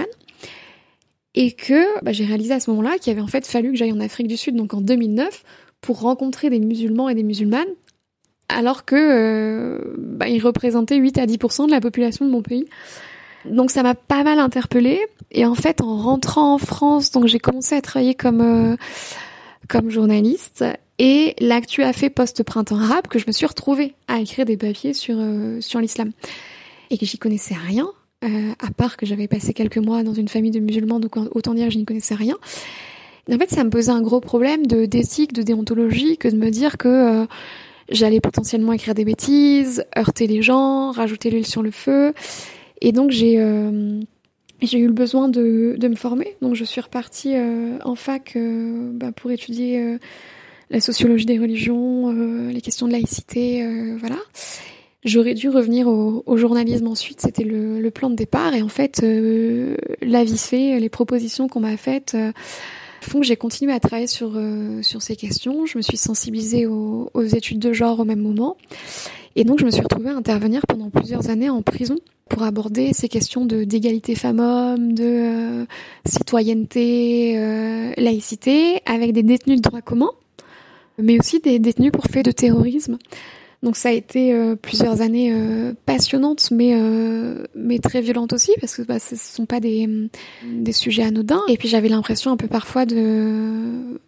et que j'ai réalisé à ce moment-là qu'il avait en fait fallu que j'aille en Afrique du Sud, donc en 2009, pour rencontrer des musulmans et des musulmanes, alors que ils représentaient 8 à 10% de la population de mon pays. Donc ça m'a pas mal interpellée. Et en fait, en rentrant en France, donc j'ai commencé à travailler comme journaliste. Et l'actu a fait post-printemps arabe que je me suis retrouvée à écrire des papiers sur l'islam. Et que j'y connaissais rien, à part que j'avais passé quelques mois dans une famille de musulmans, donc autant dire que je n'y connaissais rien. Et en fait, ça me posait un gros problème d'éthique, de déontologie, que de me dire que j'allais potentiellement écrire des bêtises, heurter les gens, rajouter l'huile sur le feu. Et donc j'ai eu le besoin de me former. Donc je suis repartie en fac pour étudier la sociologie des religions, les questions de laïcité, voilà. J'aurais dû revenir au journalisme ensuite, c'était le plan de départ. Et en fait, la vie fait, les propositions qu'on m'a faites font que j'ai continué à travailler sur ces questions. Je me suis sensibilisée aux études de genre au même moment. Et donc, je me suis retrouvée à intervenir pendant plusieurs années en prison pour aborder ces questions d'égalité femmes-hommes, de citoyenneté, laïcité, avec des détenus de droit commun, mais aussi des détenus pour faits de terrorisme. Donc ça a été plusieurs années passionnantes, mais très violentes aussi, parce que ce ne sont pas des sujets anodins. Et puis j'avais l'impression un peu parfois de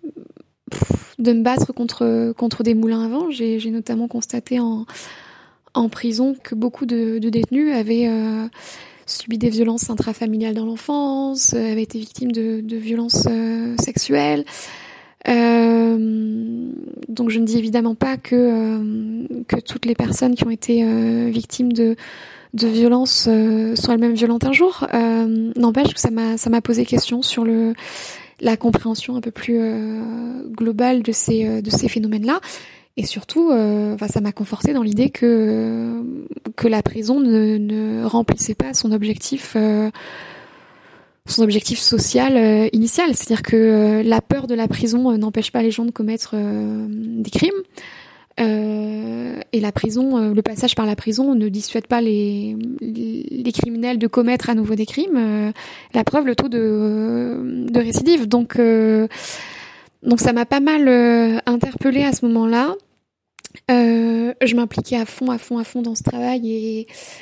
me battre contre des moulins à vent. J'ai notamment constaté en prison que beaucoup de détenus avaient subi des violences intrafamiliales dans l'enfance, avaient été victimes de violences sexuelles. Donc je ne dis évidemment pas que toutes les personnes qui ont été victimes de violences sont elles-mêmes violentes un jour. N'empêche que ça m'a posé question sur la compréhension un peu plus globale de ces phénomènes-là. Et surtout, ça m'a confortée dans l'idée que la prison ne remplissait pas son objectif objectif social initial, c'est-à-dire que la peur de la prison n'empêche pas les gens de commettre des crimes. Et la prison, le passage par la prison ne dissuade pas les criminels de commettre à nouveau des crimes. La preuve, le taux de récidive. Donc ça m'a pas mal interpellée à ce moment-là. Je m'impliquais à fond dans ce travail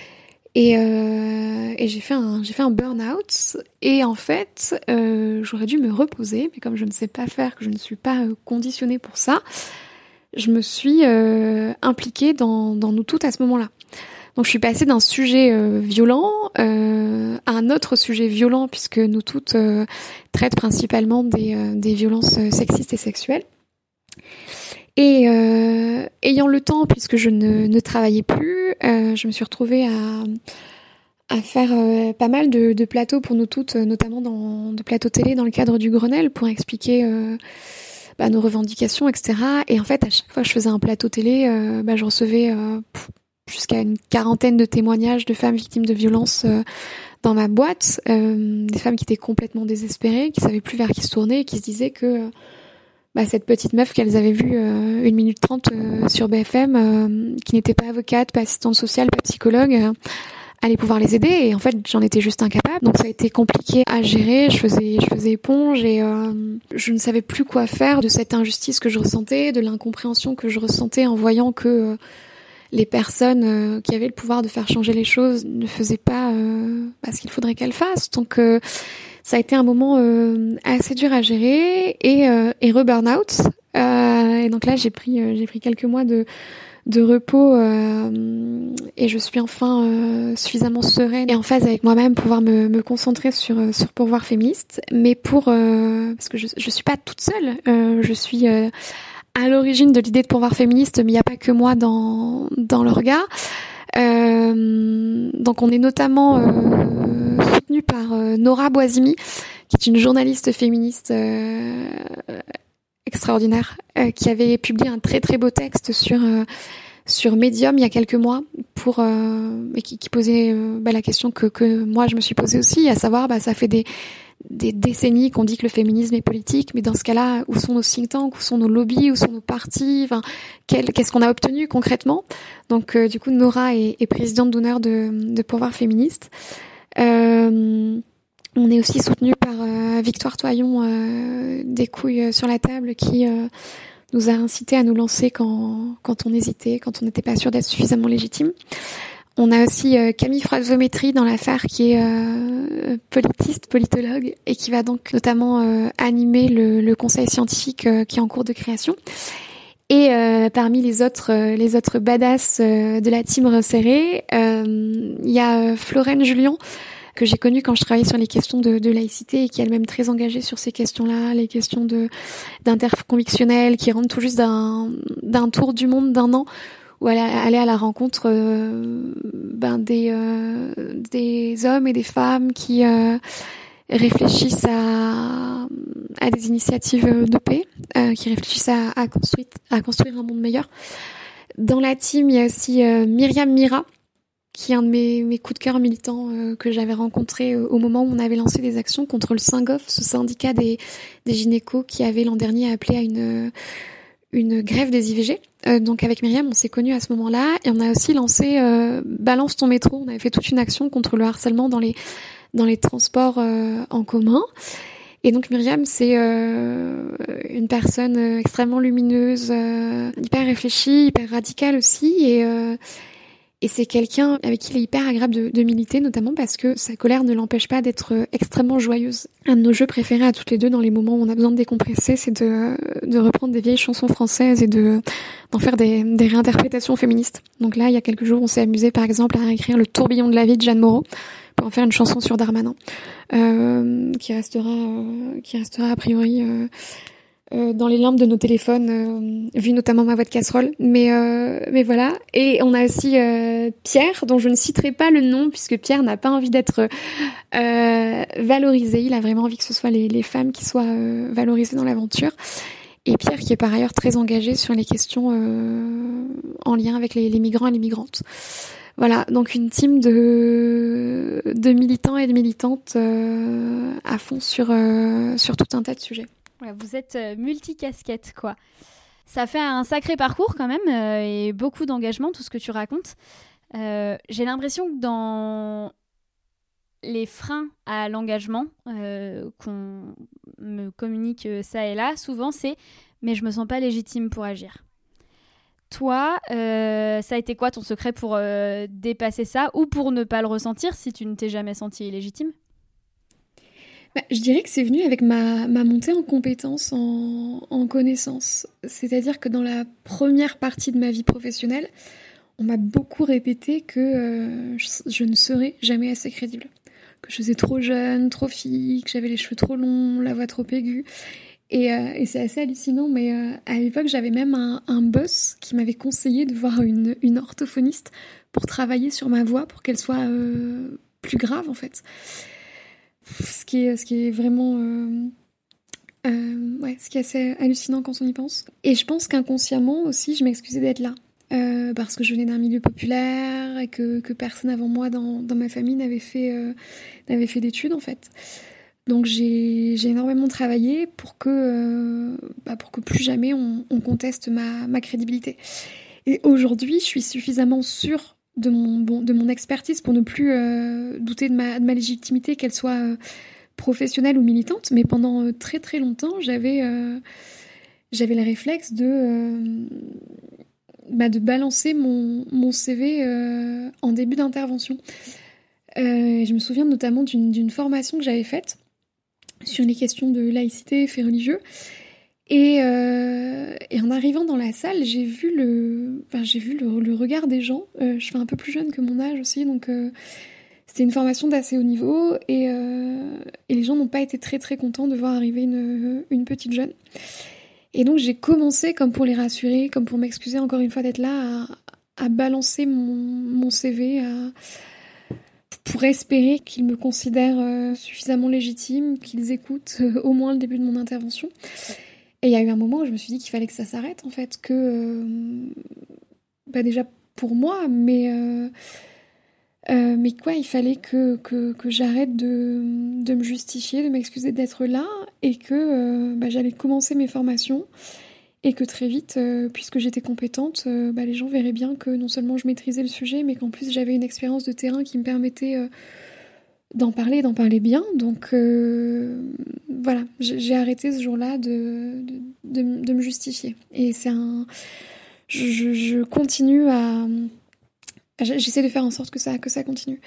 et j'ai fait un burn-out. Et en fait, j'aurais dû me reposer, mais comme je ne sais pas faire, que je ne suis pas conditionnée pour ça, je me suis impliquée dans nous toutes à ce moment-là. Donc je suis passée d'un sujet violent à un autre sujet violent, puisque nous toutes traitent principalement des violences sexistes et sexuelles. Et ayant le temps, puisque je ne travaillais plus, je me suis retrouvée à faire pas mal de plateaux pour nous toutes, notamment de plateaux télé dans le cadre du Grenelle, pour expliquer nos revendications, etc. Et en fait, à chaque fois que je faisais un plateau télé, je recevais jusqu'à une 40aine de témoignages de femmes victimes de violences dans ma boîte, des femmes qui étaient complètement désespérées, qui savaient plus vers qui se tourner, et qui se disaient que cette petite meuf qu'elles avaient vue 1 minute 30 sur BFM, qui n'était pas avocate, pas assistante sociale, pas psychologue, allait pouvoir les aider. Et en fait, j'en étais juste incapable. Donc ça a été compliqué à gérer. Je faisais éponge et je ne savais plus quoi faire de cette injustice que je ressentais, de l'incompréhension que je ressentais en voyant que les personnes qui avaient le pouvoir de faire changer les choses ne faisaient pas ce qu'il faudrait qu'elles fassent. Donc ça a été un moment assez dur à gérer et re-burnout. Et donc là, j'ai pris quelques mois de repos et je suis enfin suffisamment sereine et en phase avec moi-même pour pouvoir me concentrer sur Pourvoir féministe. Mais parce que je suis pas toute seule, je suis à l'origine de l'idée de Pourvoir féministe, mais il n'y a pas que moi dans l'orga. Donc on est notamment soutenu par Nora Boisimi, qui est une journaliste féministe extraordinaire, qui avait publié un très très beau texte sur Medium il y a quelques mois et qui posait la question que moi je me suis posée aussi, à savoir ça fait des décennies qu'on dit que le féminisme est politique, mais dans ce cas-là, où sont nos think tanks, où sont nos lobbies, où sont nos partis, qu'est-ce qu'on a obtenu concrètement? Donc du coup, Nora est présidente d'honneur de Pourvoir féministe. On est aussi soutenu par Victoire Toyon des couilles sur la table, qui nous a incité à nous lancer quand on hésitait, quand on n'était pas sûr d'être suffisamment légitime. On a aussi Camille Frazométrie dans l'affaire, qui est politologue, et qui va donc notamment animer le conseil scientifique qui est en cours de création. Et parmi les autres badass de la team resserrée, il y a Florène Julien, que j'ai connue quand je travaillais sur les questions de laïcité, et qui est elle-même très engagée sur ces questions-là, les questions d'interconvictionnel, qui rentre tout juste d'un tour du monde d'1 an, où elle allait à la rencontre des hommes et des femmes qui réfléchissent à des initiatives de paix, qui réfléchissent à construire un monde meilleur. Dans la team, il y a aussi Myriam Mira, qui est un de mes coups de cœur militants que j'avais rencontré au moment où on avait lancé des actions contre le SYNGOF, ce syndicat des gynécos qui avait l'an dernier appelé à une grève des IVG. Donc avec Myriam, on s'est connus à ce moment-là, et on a aussi lancé Balance ton métro. On avait fait toute une action contre le harcèlement dans les transports en commun. Et donc Myriam, c'est une personne extrêmement lumineuse, hyper réfléchie, hyper radicale aussi, et c'est quelqu'un avec qui il est hyper agréable de militer, notamment parce que sa colère ne l'empêche pas d'être extrêmement joyeuse. Un de nos jeux préférés à toutes les deux dans les moments où on a besoin de décompresser, c'est de reprendre des vieilles chansons françaises et d'en faire des réinterprétations féministes. Donc là, il y a quelques jours, on s'est amusé par exemple à réécrire Le tourbillon de la vie de Jeanne Moreau pour en faire une chanson sur Darmanin, qui restera a priori dans les limbes de nos téléphones, vu notamment ma voix de casserole, mais voilà. Et on a aussi Pierre, dont je ne citerai pas le nom puisque Pierre n'a pas envie d'être valorisé. Il a vraiment envie que ce soit les femmes qui soient valorisées dans l'aventure. Et Pierre, qui est par ailleurs très engagé sur les questions en lien avec les migrants et les migrantes. Voilà, donc une team de militants et de militantes à fond sur tout un tas de sujets. Ouais, vous êtes multicasquette, quoi. Ça fait un sacré parcours quand même et beaucoup d'engagement, tout ce que tu racontes. J'ai l'impression que dans les freins à l'engagement qu'on me communique ça et là, souvent c'est « mais je me sens pas légitime pour agir ». Toi, ça a été quoi ton secret pour dépasser ça ou pour ne pas le ressentir si tu ne t'es jamais sentie légitime ? Je dirais que c'est venu avec ma montée en compétences, en connaissances. C'est-à-dire que dans la première partie de ma vie professionnelle, on m'a beaucoup répété que je ne serais jamais assez crédible. Que je faisais trop jeune, trop fille, que j'avais les cheveux trop longs, la voix trop aiguë. Et c'est assez hallucinant, mais à l'époque, j'avais même un boss qui m'avait conseillé de voir une orthophoniste pour travailler sur ma voix, pour qu'elle soit plus grave, en fait. Ce qui est vraiment... ce qui est assez hallucinant quand on y pense. Et je pense qu'inconsciemment aussi, je m'excusais d'être là. Parce que je venais d'un milieu populaire et que personne avant moi dans ma famille n'avait fait d'études, en fait. Donc j'ai énormément travaillé pour que plus jamais on conteste ma crédibilité. Et aujourd'hui, je suis suffisamment sûre de mon expertise pour ne plus douter de ma légitimité, qu'elle soit professionnelle ou militante. Mais pendant très très longtemps, j'avais le réflexe de balancer mon CV en début d'intervention. Je me souviens notamment d'une formation que j'avais faite sur les questions de laïcité, faits religieux. Et en arrivant dans la salle, j'ai vu le regard des gens. Je suis un peu plus jeune que mon âge aussi, donc c'était une formation d'assez haut niveau. Et les gens n'ont pas été très très contents de voir arriver une petite jeune. Et donc j'ai commencé, comme pour les rassurer, comme pour m'excuser encore une fois d'être là, à balancer mon CV, pour espérer qu'ils me considèrent suffisamment légitime, qu'ils écoutent au moins le début de mon intervention. Et il y a eu un moment où je me suis dit qu'il fallait que ça s'arrête, en fait, que déjà pour moi, mais quoi, il fallait que j'arrête de me justifier, de m'excuser d'être là, et que j'allais commencer mes formations, et que très vite, puisque j'étais compétente, les gens verraient bien que non seulement je maîtrisais le sujet, mais qu'en plus j'avais une expérience de terrain qui me permettait d'en parler bien. Donc voilà, j'ai arrêté ce jour-là de me justifier. Et je continue à... J'essaie de faire en sorte que ça continue.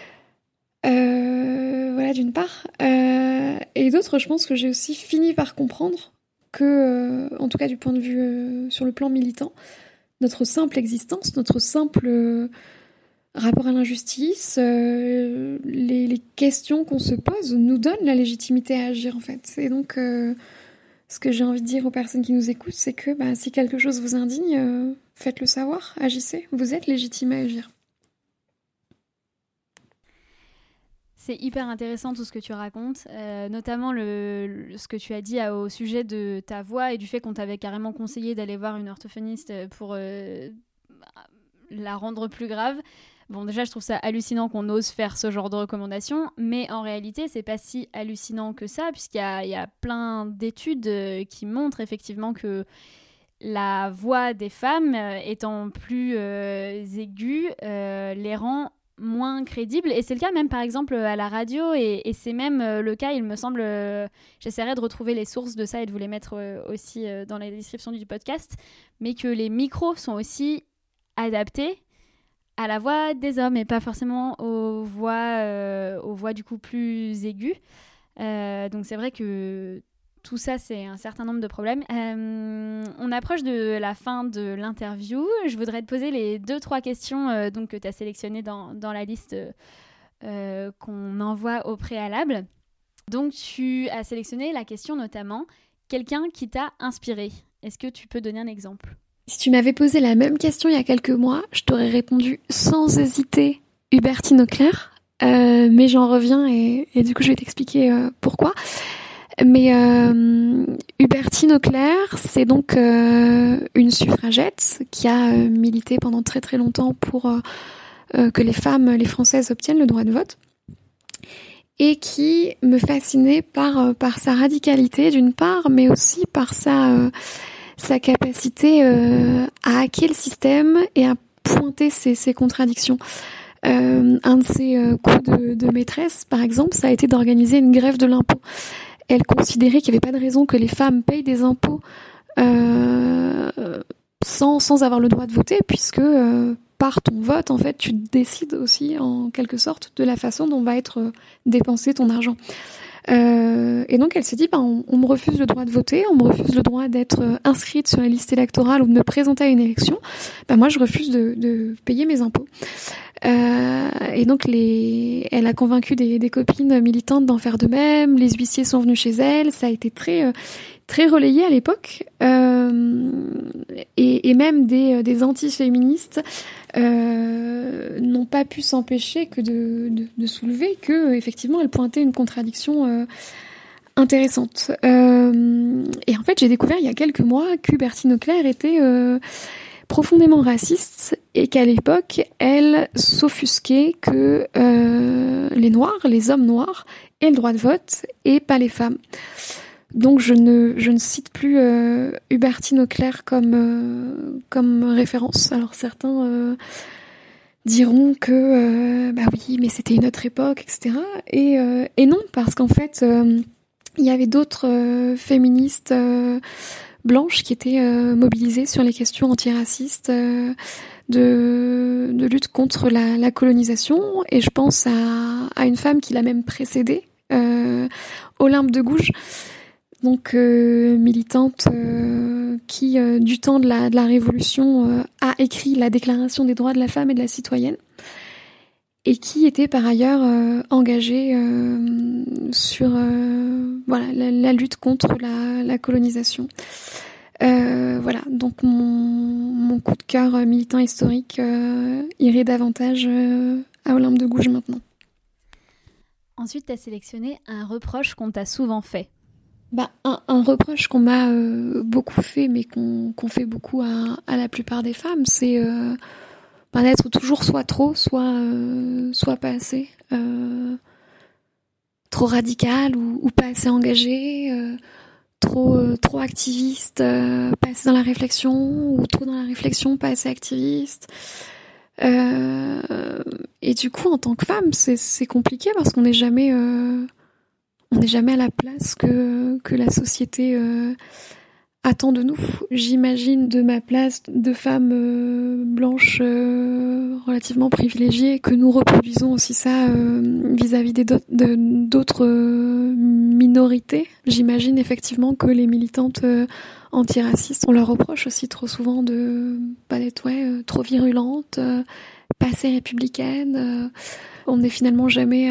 Voilà, d'une part. Et d'autre, je pense que j'ai aussi fini par comprendre que, en tout cas du point de vue sur le plan militant, notre simple existence, notre simple rapport à l'injustice, les questions qu'on se pose nous donnent la légitimité à agir, en fait. Et donc, ce que j'ai envie de dire aux personnes qui nous écoutent, c'est que si quelque chose vous indigne, faites-le savoir, agissez, vous êtes légitime à agir. C'est hyper intéressant tout ce que tu racontes, notamment ce que tu as dit au sujet de ta voix et du fait qu'on t'avait carrément conseillé d'aller voir une orthophoniste pour la rendre plus grave. Bon, déjà, je trouve ça hallucinant qu'on ose faire ce genre de recommandations, mais en réalité, c'est pas si hallucinant que ça, puisqu'il y a plein d'études qui montrent effectivement que la voix des femmes étant plus aiguë les rend moins crédibles, et c'est le cas même par exemple à la radio, et c'est même le cas, il me semble, j'essaierai de retrouver les sources de ça et de vous les mettre aussi dans la description du podcast, mais que les micros sont aussi adaptés à la voix des hommes et pas forcément aux voix du coup plus aiguës, donc c'est vrai que tout ça, c'est un certain nombre de problèmes. On approche de la fin de l'interview. Je voudrais te poser les 2-3 questions que tu as sélectionnées dans la liste qu'on envoie au préalable. Donc, tu as sélectionné la question notamment « Quelqu'un qui t'a inspiré ». Est-ce que tu peux donner un exemple ? Si tu m'avais posé la même question il y a quelques mois, je t'aurais répondu sans hésiter Hubertine Auclair. Mais j'en reviens et du coup, je vais t'expliquer pourquoi. Mais Hubertine Auclair, c'est donc une suffragette qui a milité pendant très très longtemps pour que les femmes, les Françaises obtiennent le droit de vote, et qui me fascinait par sa radicalité d'une part, mais aussi par sa capacité à hacker le système et à pointer ses contradictions. Un de ses coups de maîtresse, par exemple, ça a été d'organiser une grève de l'impôt. Elle considérait qu'il n'y avait pas de raison que les femmes payent des impôts sans avoir le droit de voter, puisque par ton vote, en fait, tu décides aussi, en quelque sorte, de la façon dont va être dépensé ton argent. Et donc elle s'est dit, on me refuse le droit de voter, on me refuse le droit d'être inscrite sur la liste électorale ou de me présenter à une élection, moi je refuse de payer mes impôts. Et donc elle a convaincu des copines militantes d'en faire de même, les huissiers sont venus chez elle, ça a été très relayé à l'époque, et même des antiféministes n'ont pas pu s'empêcher que de soulever que effectivement elle pointait une contradiction intéressante. Et en fait, j'ai découvert il y a quelques mois qu'Hubertine Auclert était profondément raciste et qu'à l'époque, elle s'offusquait que les Noirs, les hommes noirs, aient le droit de vote et pas les femmes. Donc je ne cite plus Hubertine Auclert comme référence. Alors certains diront que oui, mais c'était une autre époque, etc. Et non, parce qu'en fait, il y avait d'autres féministes blanches qui étaient mobilisées sur les questions antiracistes, de lutte contre la colonisation. Et je pense à une femme qui l'a même précédée, Olympe de Gouges, donc militante qui, du temps de la Révolution, a écrit la Déclaration des droits de la femme et de la citoyenne, et qui était par ailleurs engagée sur la lutte contre la colonisation. Voilà, donc mon coup de cœur militant historique irait davantage à Olympe de Gouges maintenant. Ensuite, tu as sélectionné un reproche qu'on t'a souvent fait. Un reproche qu'on m'a beaucoup fait, mais qu'on fait beaucoup à la plupart des femmes, c'est d'être toujours soit trop, soit pas assez. Trop radical ou pas assez engagé, trop activiste, pas assez dans la réflexion, ou trop dans la réflexion, pas assez activiste. Et du coup, en tant que femme, c'est compliqué parce qu'on n'est jamais à la place que la société attend de nous. J'imagine de ma place de femme blanche relativement privilégiée que nous reproduisons aussi ça vis-à-vis d'autres minorités. J'imagine effectivement que les militantes antiracistes, on leur reproche aussi trop souvent d'être trop virulente, pas assez républicaine. On n'est finalement jamais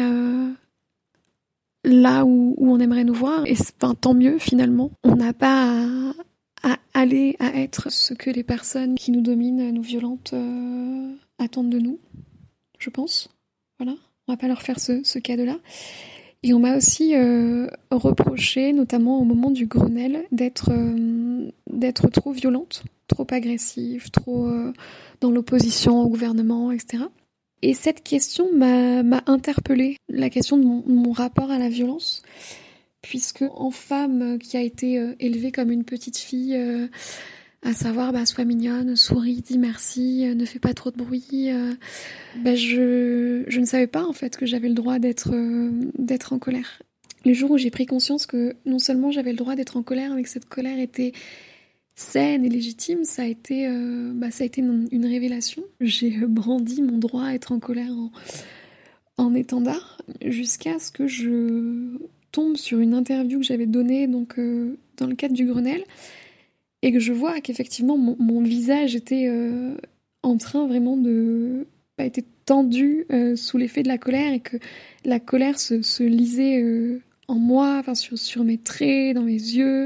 là où on aimerait nous voir, et tant mieux finalement. On n'a pas à aller à être ce que les personnes qui nous dominent, nous violentent, attendent de nous, je pense. Voilà, on va pas leur faire ce cadeau-là. Et on m'a aussi reproché, notamment au moment du Grenelle, d'être trop violente, trop agressive, trop dans l'opposition au gouvernement, etc. Et cette question m'a interpellée, la question de mon rapport à la violence, puisque en femme qui a été élevée comme une petite fille, à savoir sois mignonne, souris, dis merci, ne fais pas trop de bruit, je ne savais pas en fait que j'avais le droit d'être en colère. Le jour où j'ai pris conscience que non seulement j'avais le droit d'être en colère, mais que cette colère était saine et légitime, ça a été une révélation. J'ai brandi mon droit à être en colère en étendard, jusqu'à ce que je tombe sur une interview que j'avais donnée donc dans le cadre du Grenelle, et que je vois qu'effectivement mon visage était en train vraiment de était tendu sous l'effet de la colère, et que la colère se lisait en moi, sur mes traits, dans mes yeux.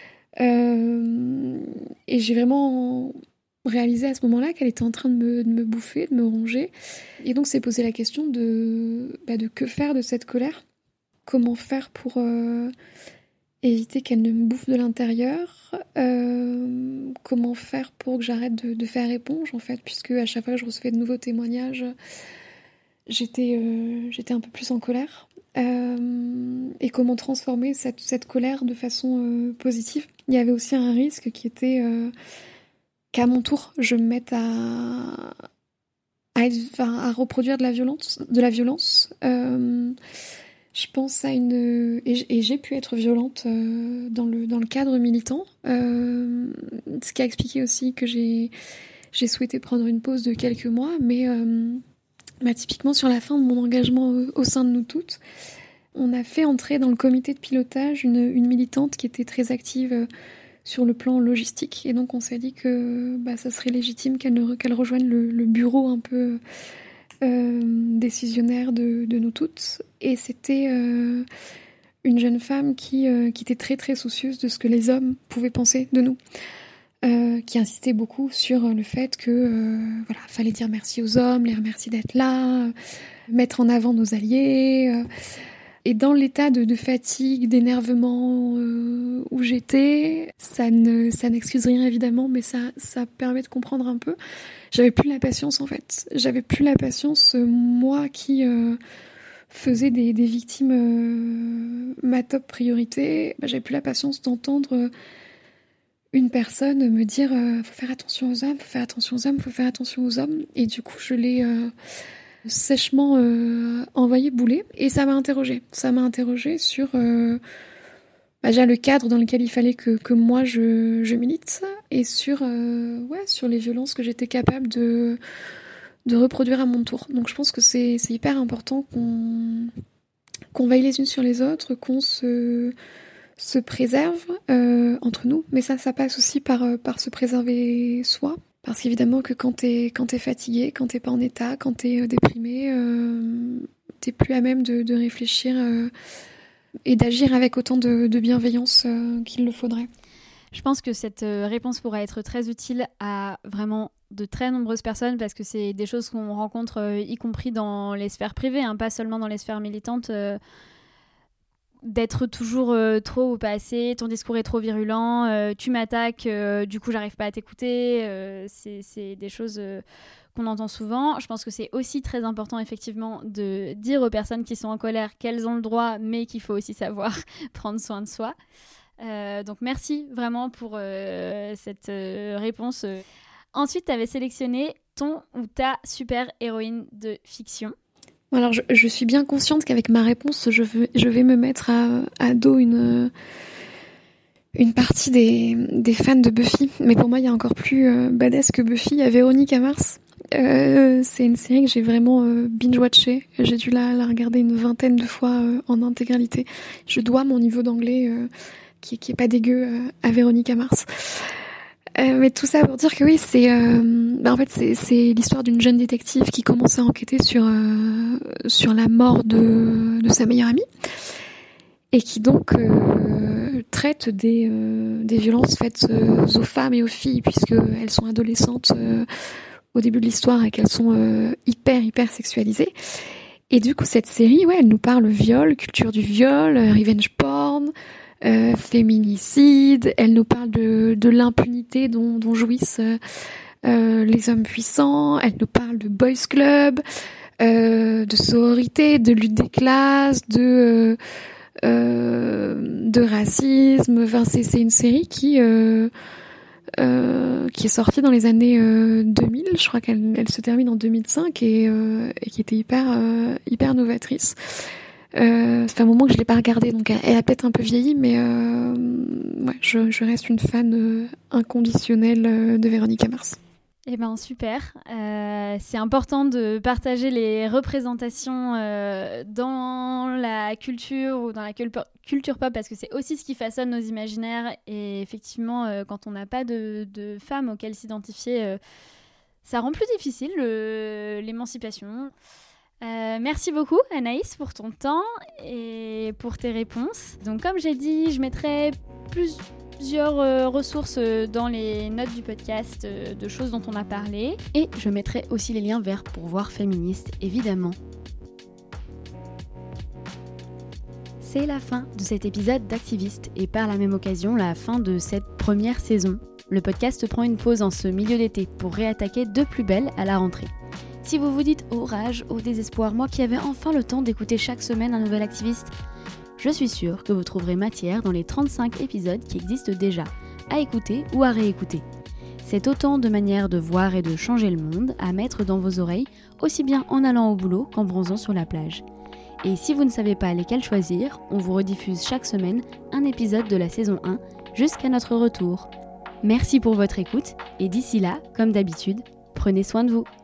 Et j'ai vraiment réalisé à ce moment-là qu'elle était en train de me bouffer, de me ronger. Et donc s'est posé la question de que faire de cette colère, comment faire pour éviter qu'elle ne me bouffe de l'intérieur, comment faire pour que j'arrête de faire éponge en fait, puisque à chaque fois que je recevais de nouveaux témoignages, j'étais un peu plus en colère, et comment transformer cette colère de façon positive. Il y avait aussi un risque qui était qu'à mon tour je me mette à reproduire de la violence. Je pense à et j'ai pu être violente dans le cadre militant, ce qui a expliqué aussi que j'ai souhaité prendre une pause de quelques mois, mais typiquement sur la fin de mon engagement au sein de Nous Toutes, on a fait entrer dans le comité de pilotage une militante qui était très active sur le plan logistique, et donc on s'est dit que ça serait légitime qu'elle rejoigne le bureau un peu décisionnaire de Nous Toutes, et c'était une jeune femme qui était très très soucieuse de ce que les hommes pouvaient penser de nous, qui insistait beaucoup sur le fait que fallait dire merci aux hommes, les remercier d'être là, mettre en avant nos alliés, et dans l'état de fatigue, d'énervement où j'étais, ça n'excuse rien évidemment, mais ça permet de comprendre un peu. J'avais plus la patience en fait. J'avais plus la patience, moi qui faisais des victimes ma top priorité. J'avais plus la patience d'entendre une personne me dire faut faire attention aux hommes, faut faire attention aux hommes, faut faire attention aux hommes. Et du coup, je l'ai sèchement envoyé bouler. Et ça m'a interrogée. Ça m'a interrogée sur déjà le cadre dans lequel il fallait que moi je milite, et sur les violences que j'étais capable de reproduire à mon tour. Donc je pense que c'est hyper important qu'on veille les unes sur les autres, qu'on se préserve entre nous, mais ça passe aussi par se préserver soi, parce qu'évidemment que quand t'es fatigué, quand t'es pas en état, quand t'es déprimé, t'es plus à même de réfléchir et d'agir avec autant de bienveillance qu'il le faudrait. Je pense que cette réponse pourra être très utile à vraiment de très nombreuses personnes, parce que c'est des choses qu'on rencontre y compris dans les sphères privées, pas seulement dans les sphères militantes, d'être toujours trop ou pas assez, ton discours est trop virulent, tu m'attaques, du coup j'arrive pas à t'écouter, c'est des choses qu'on entend souvent. Je pense que c'est aussi très important effectivement de dire aux personnes qui sont en colère qu'elles ont le droit, mais qu'il faut aussi savoir prendre soin de soi. Donc merci vraiment pour cette réponse. Ensuite, tu avais sélectionné ton ou ta super héroïne de fiction. Alors je suis bien consciente qu'avec ma réponse, je vais me mettre à dos une partie des fans de Buffy, mais pour moi il y a encore plus badass que Buffy, il y a Véronica Mars. C'est une série que j'ai vraiment binge-watchée. J'ai dû la regarder une 20aine de fois en intégralité. Je dois mon niveau d'anglais qui est pas dégueu à Véronica Mars. Mais tout ça pour dire que oui, c'est en fait c'est l'histoire d'une jeune détective qui commence à enquêter sur la mort de sa meilleure amie, et qui donc traite des violences faites aux femmes et aux filles, puisque elles sont adolescentes au début de l'histoire et qu'elles sont hyper sexualisées. Et du coup cette série, elle nous parle viol, culture du viol, revenge porn, féminicide. Elle nous parle de l'impunité dont jouissent les hommes puissants. Elle nous parle de boys club, de sororité, de lutte des classes, de racisme. Enfin, c'est une série qui est sortie dans les années 2000. Je crois qu'elle se termine en 2005 et qui était hyper novatrice. Ça fait un moment que je l'ai pas regardée, donc elle a peut-être un peu vieilli, mais je reste une fan inconditionnelle de Véronica Mars. Eh ben super, c'est important de partager les représentations dans la culture ou dans la culture pop, parce que c'est aussi ce qui façonne nos imaginaires, et effectivement quand on n'a pas de femmes auxquelles s'identifier, ça rend plus difficile l'émancipation. Merci beaucoup Anaïs pour ton temps et pour tes réponses. Donc comme j'ai dit, je mettrai plusieurs ressources dans les notes du podcast de choses dont on a parlé, et je mettrai aussi les liens vers Pourvoir féministe évidemment. C'est la fin de cet épisode d'Activiste et par la même occasion la fin de cette première saison. Le podcast prend une pause en ce milieu d'été pour réattaquer de plus belle à la rentrée. Si vous vous dites « oh rage, oh désespoir, moi qui avais enfin le temps d'écouter chaque semaine un nouvel Activiste », je suis sûre que vous trouverez matière dans les 35 épisodes qui existent déjà, à écouter ou à réécouter. C'est autant de manières de voir et de changer le monde à mettre dans vos oreilles, aussi bien en allant au boulot qu'en bronzant sur la plage. Et si vous ne savez pas lesquels choisir, on vous rediffuse chaque semaine un épisode de la saison 1 jusqu'à notre retour. Merci pour votre écoute et d'ici là, comme d'habitude, prenez soin de vous.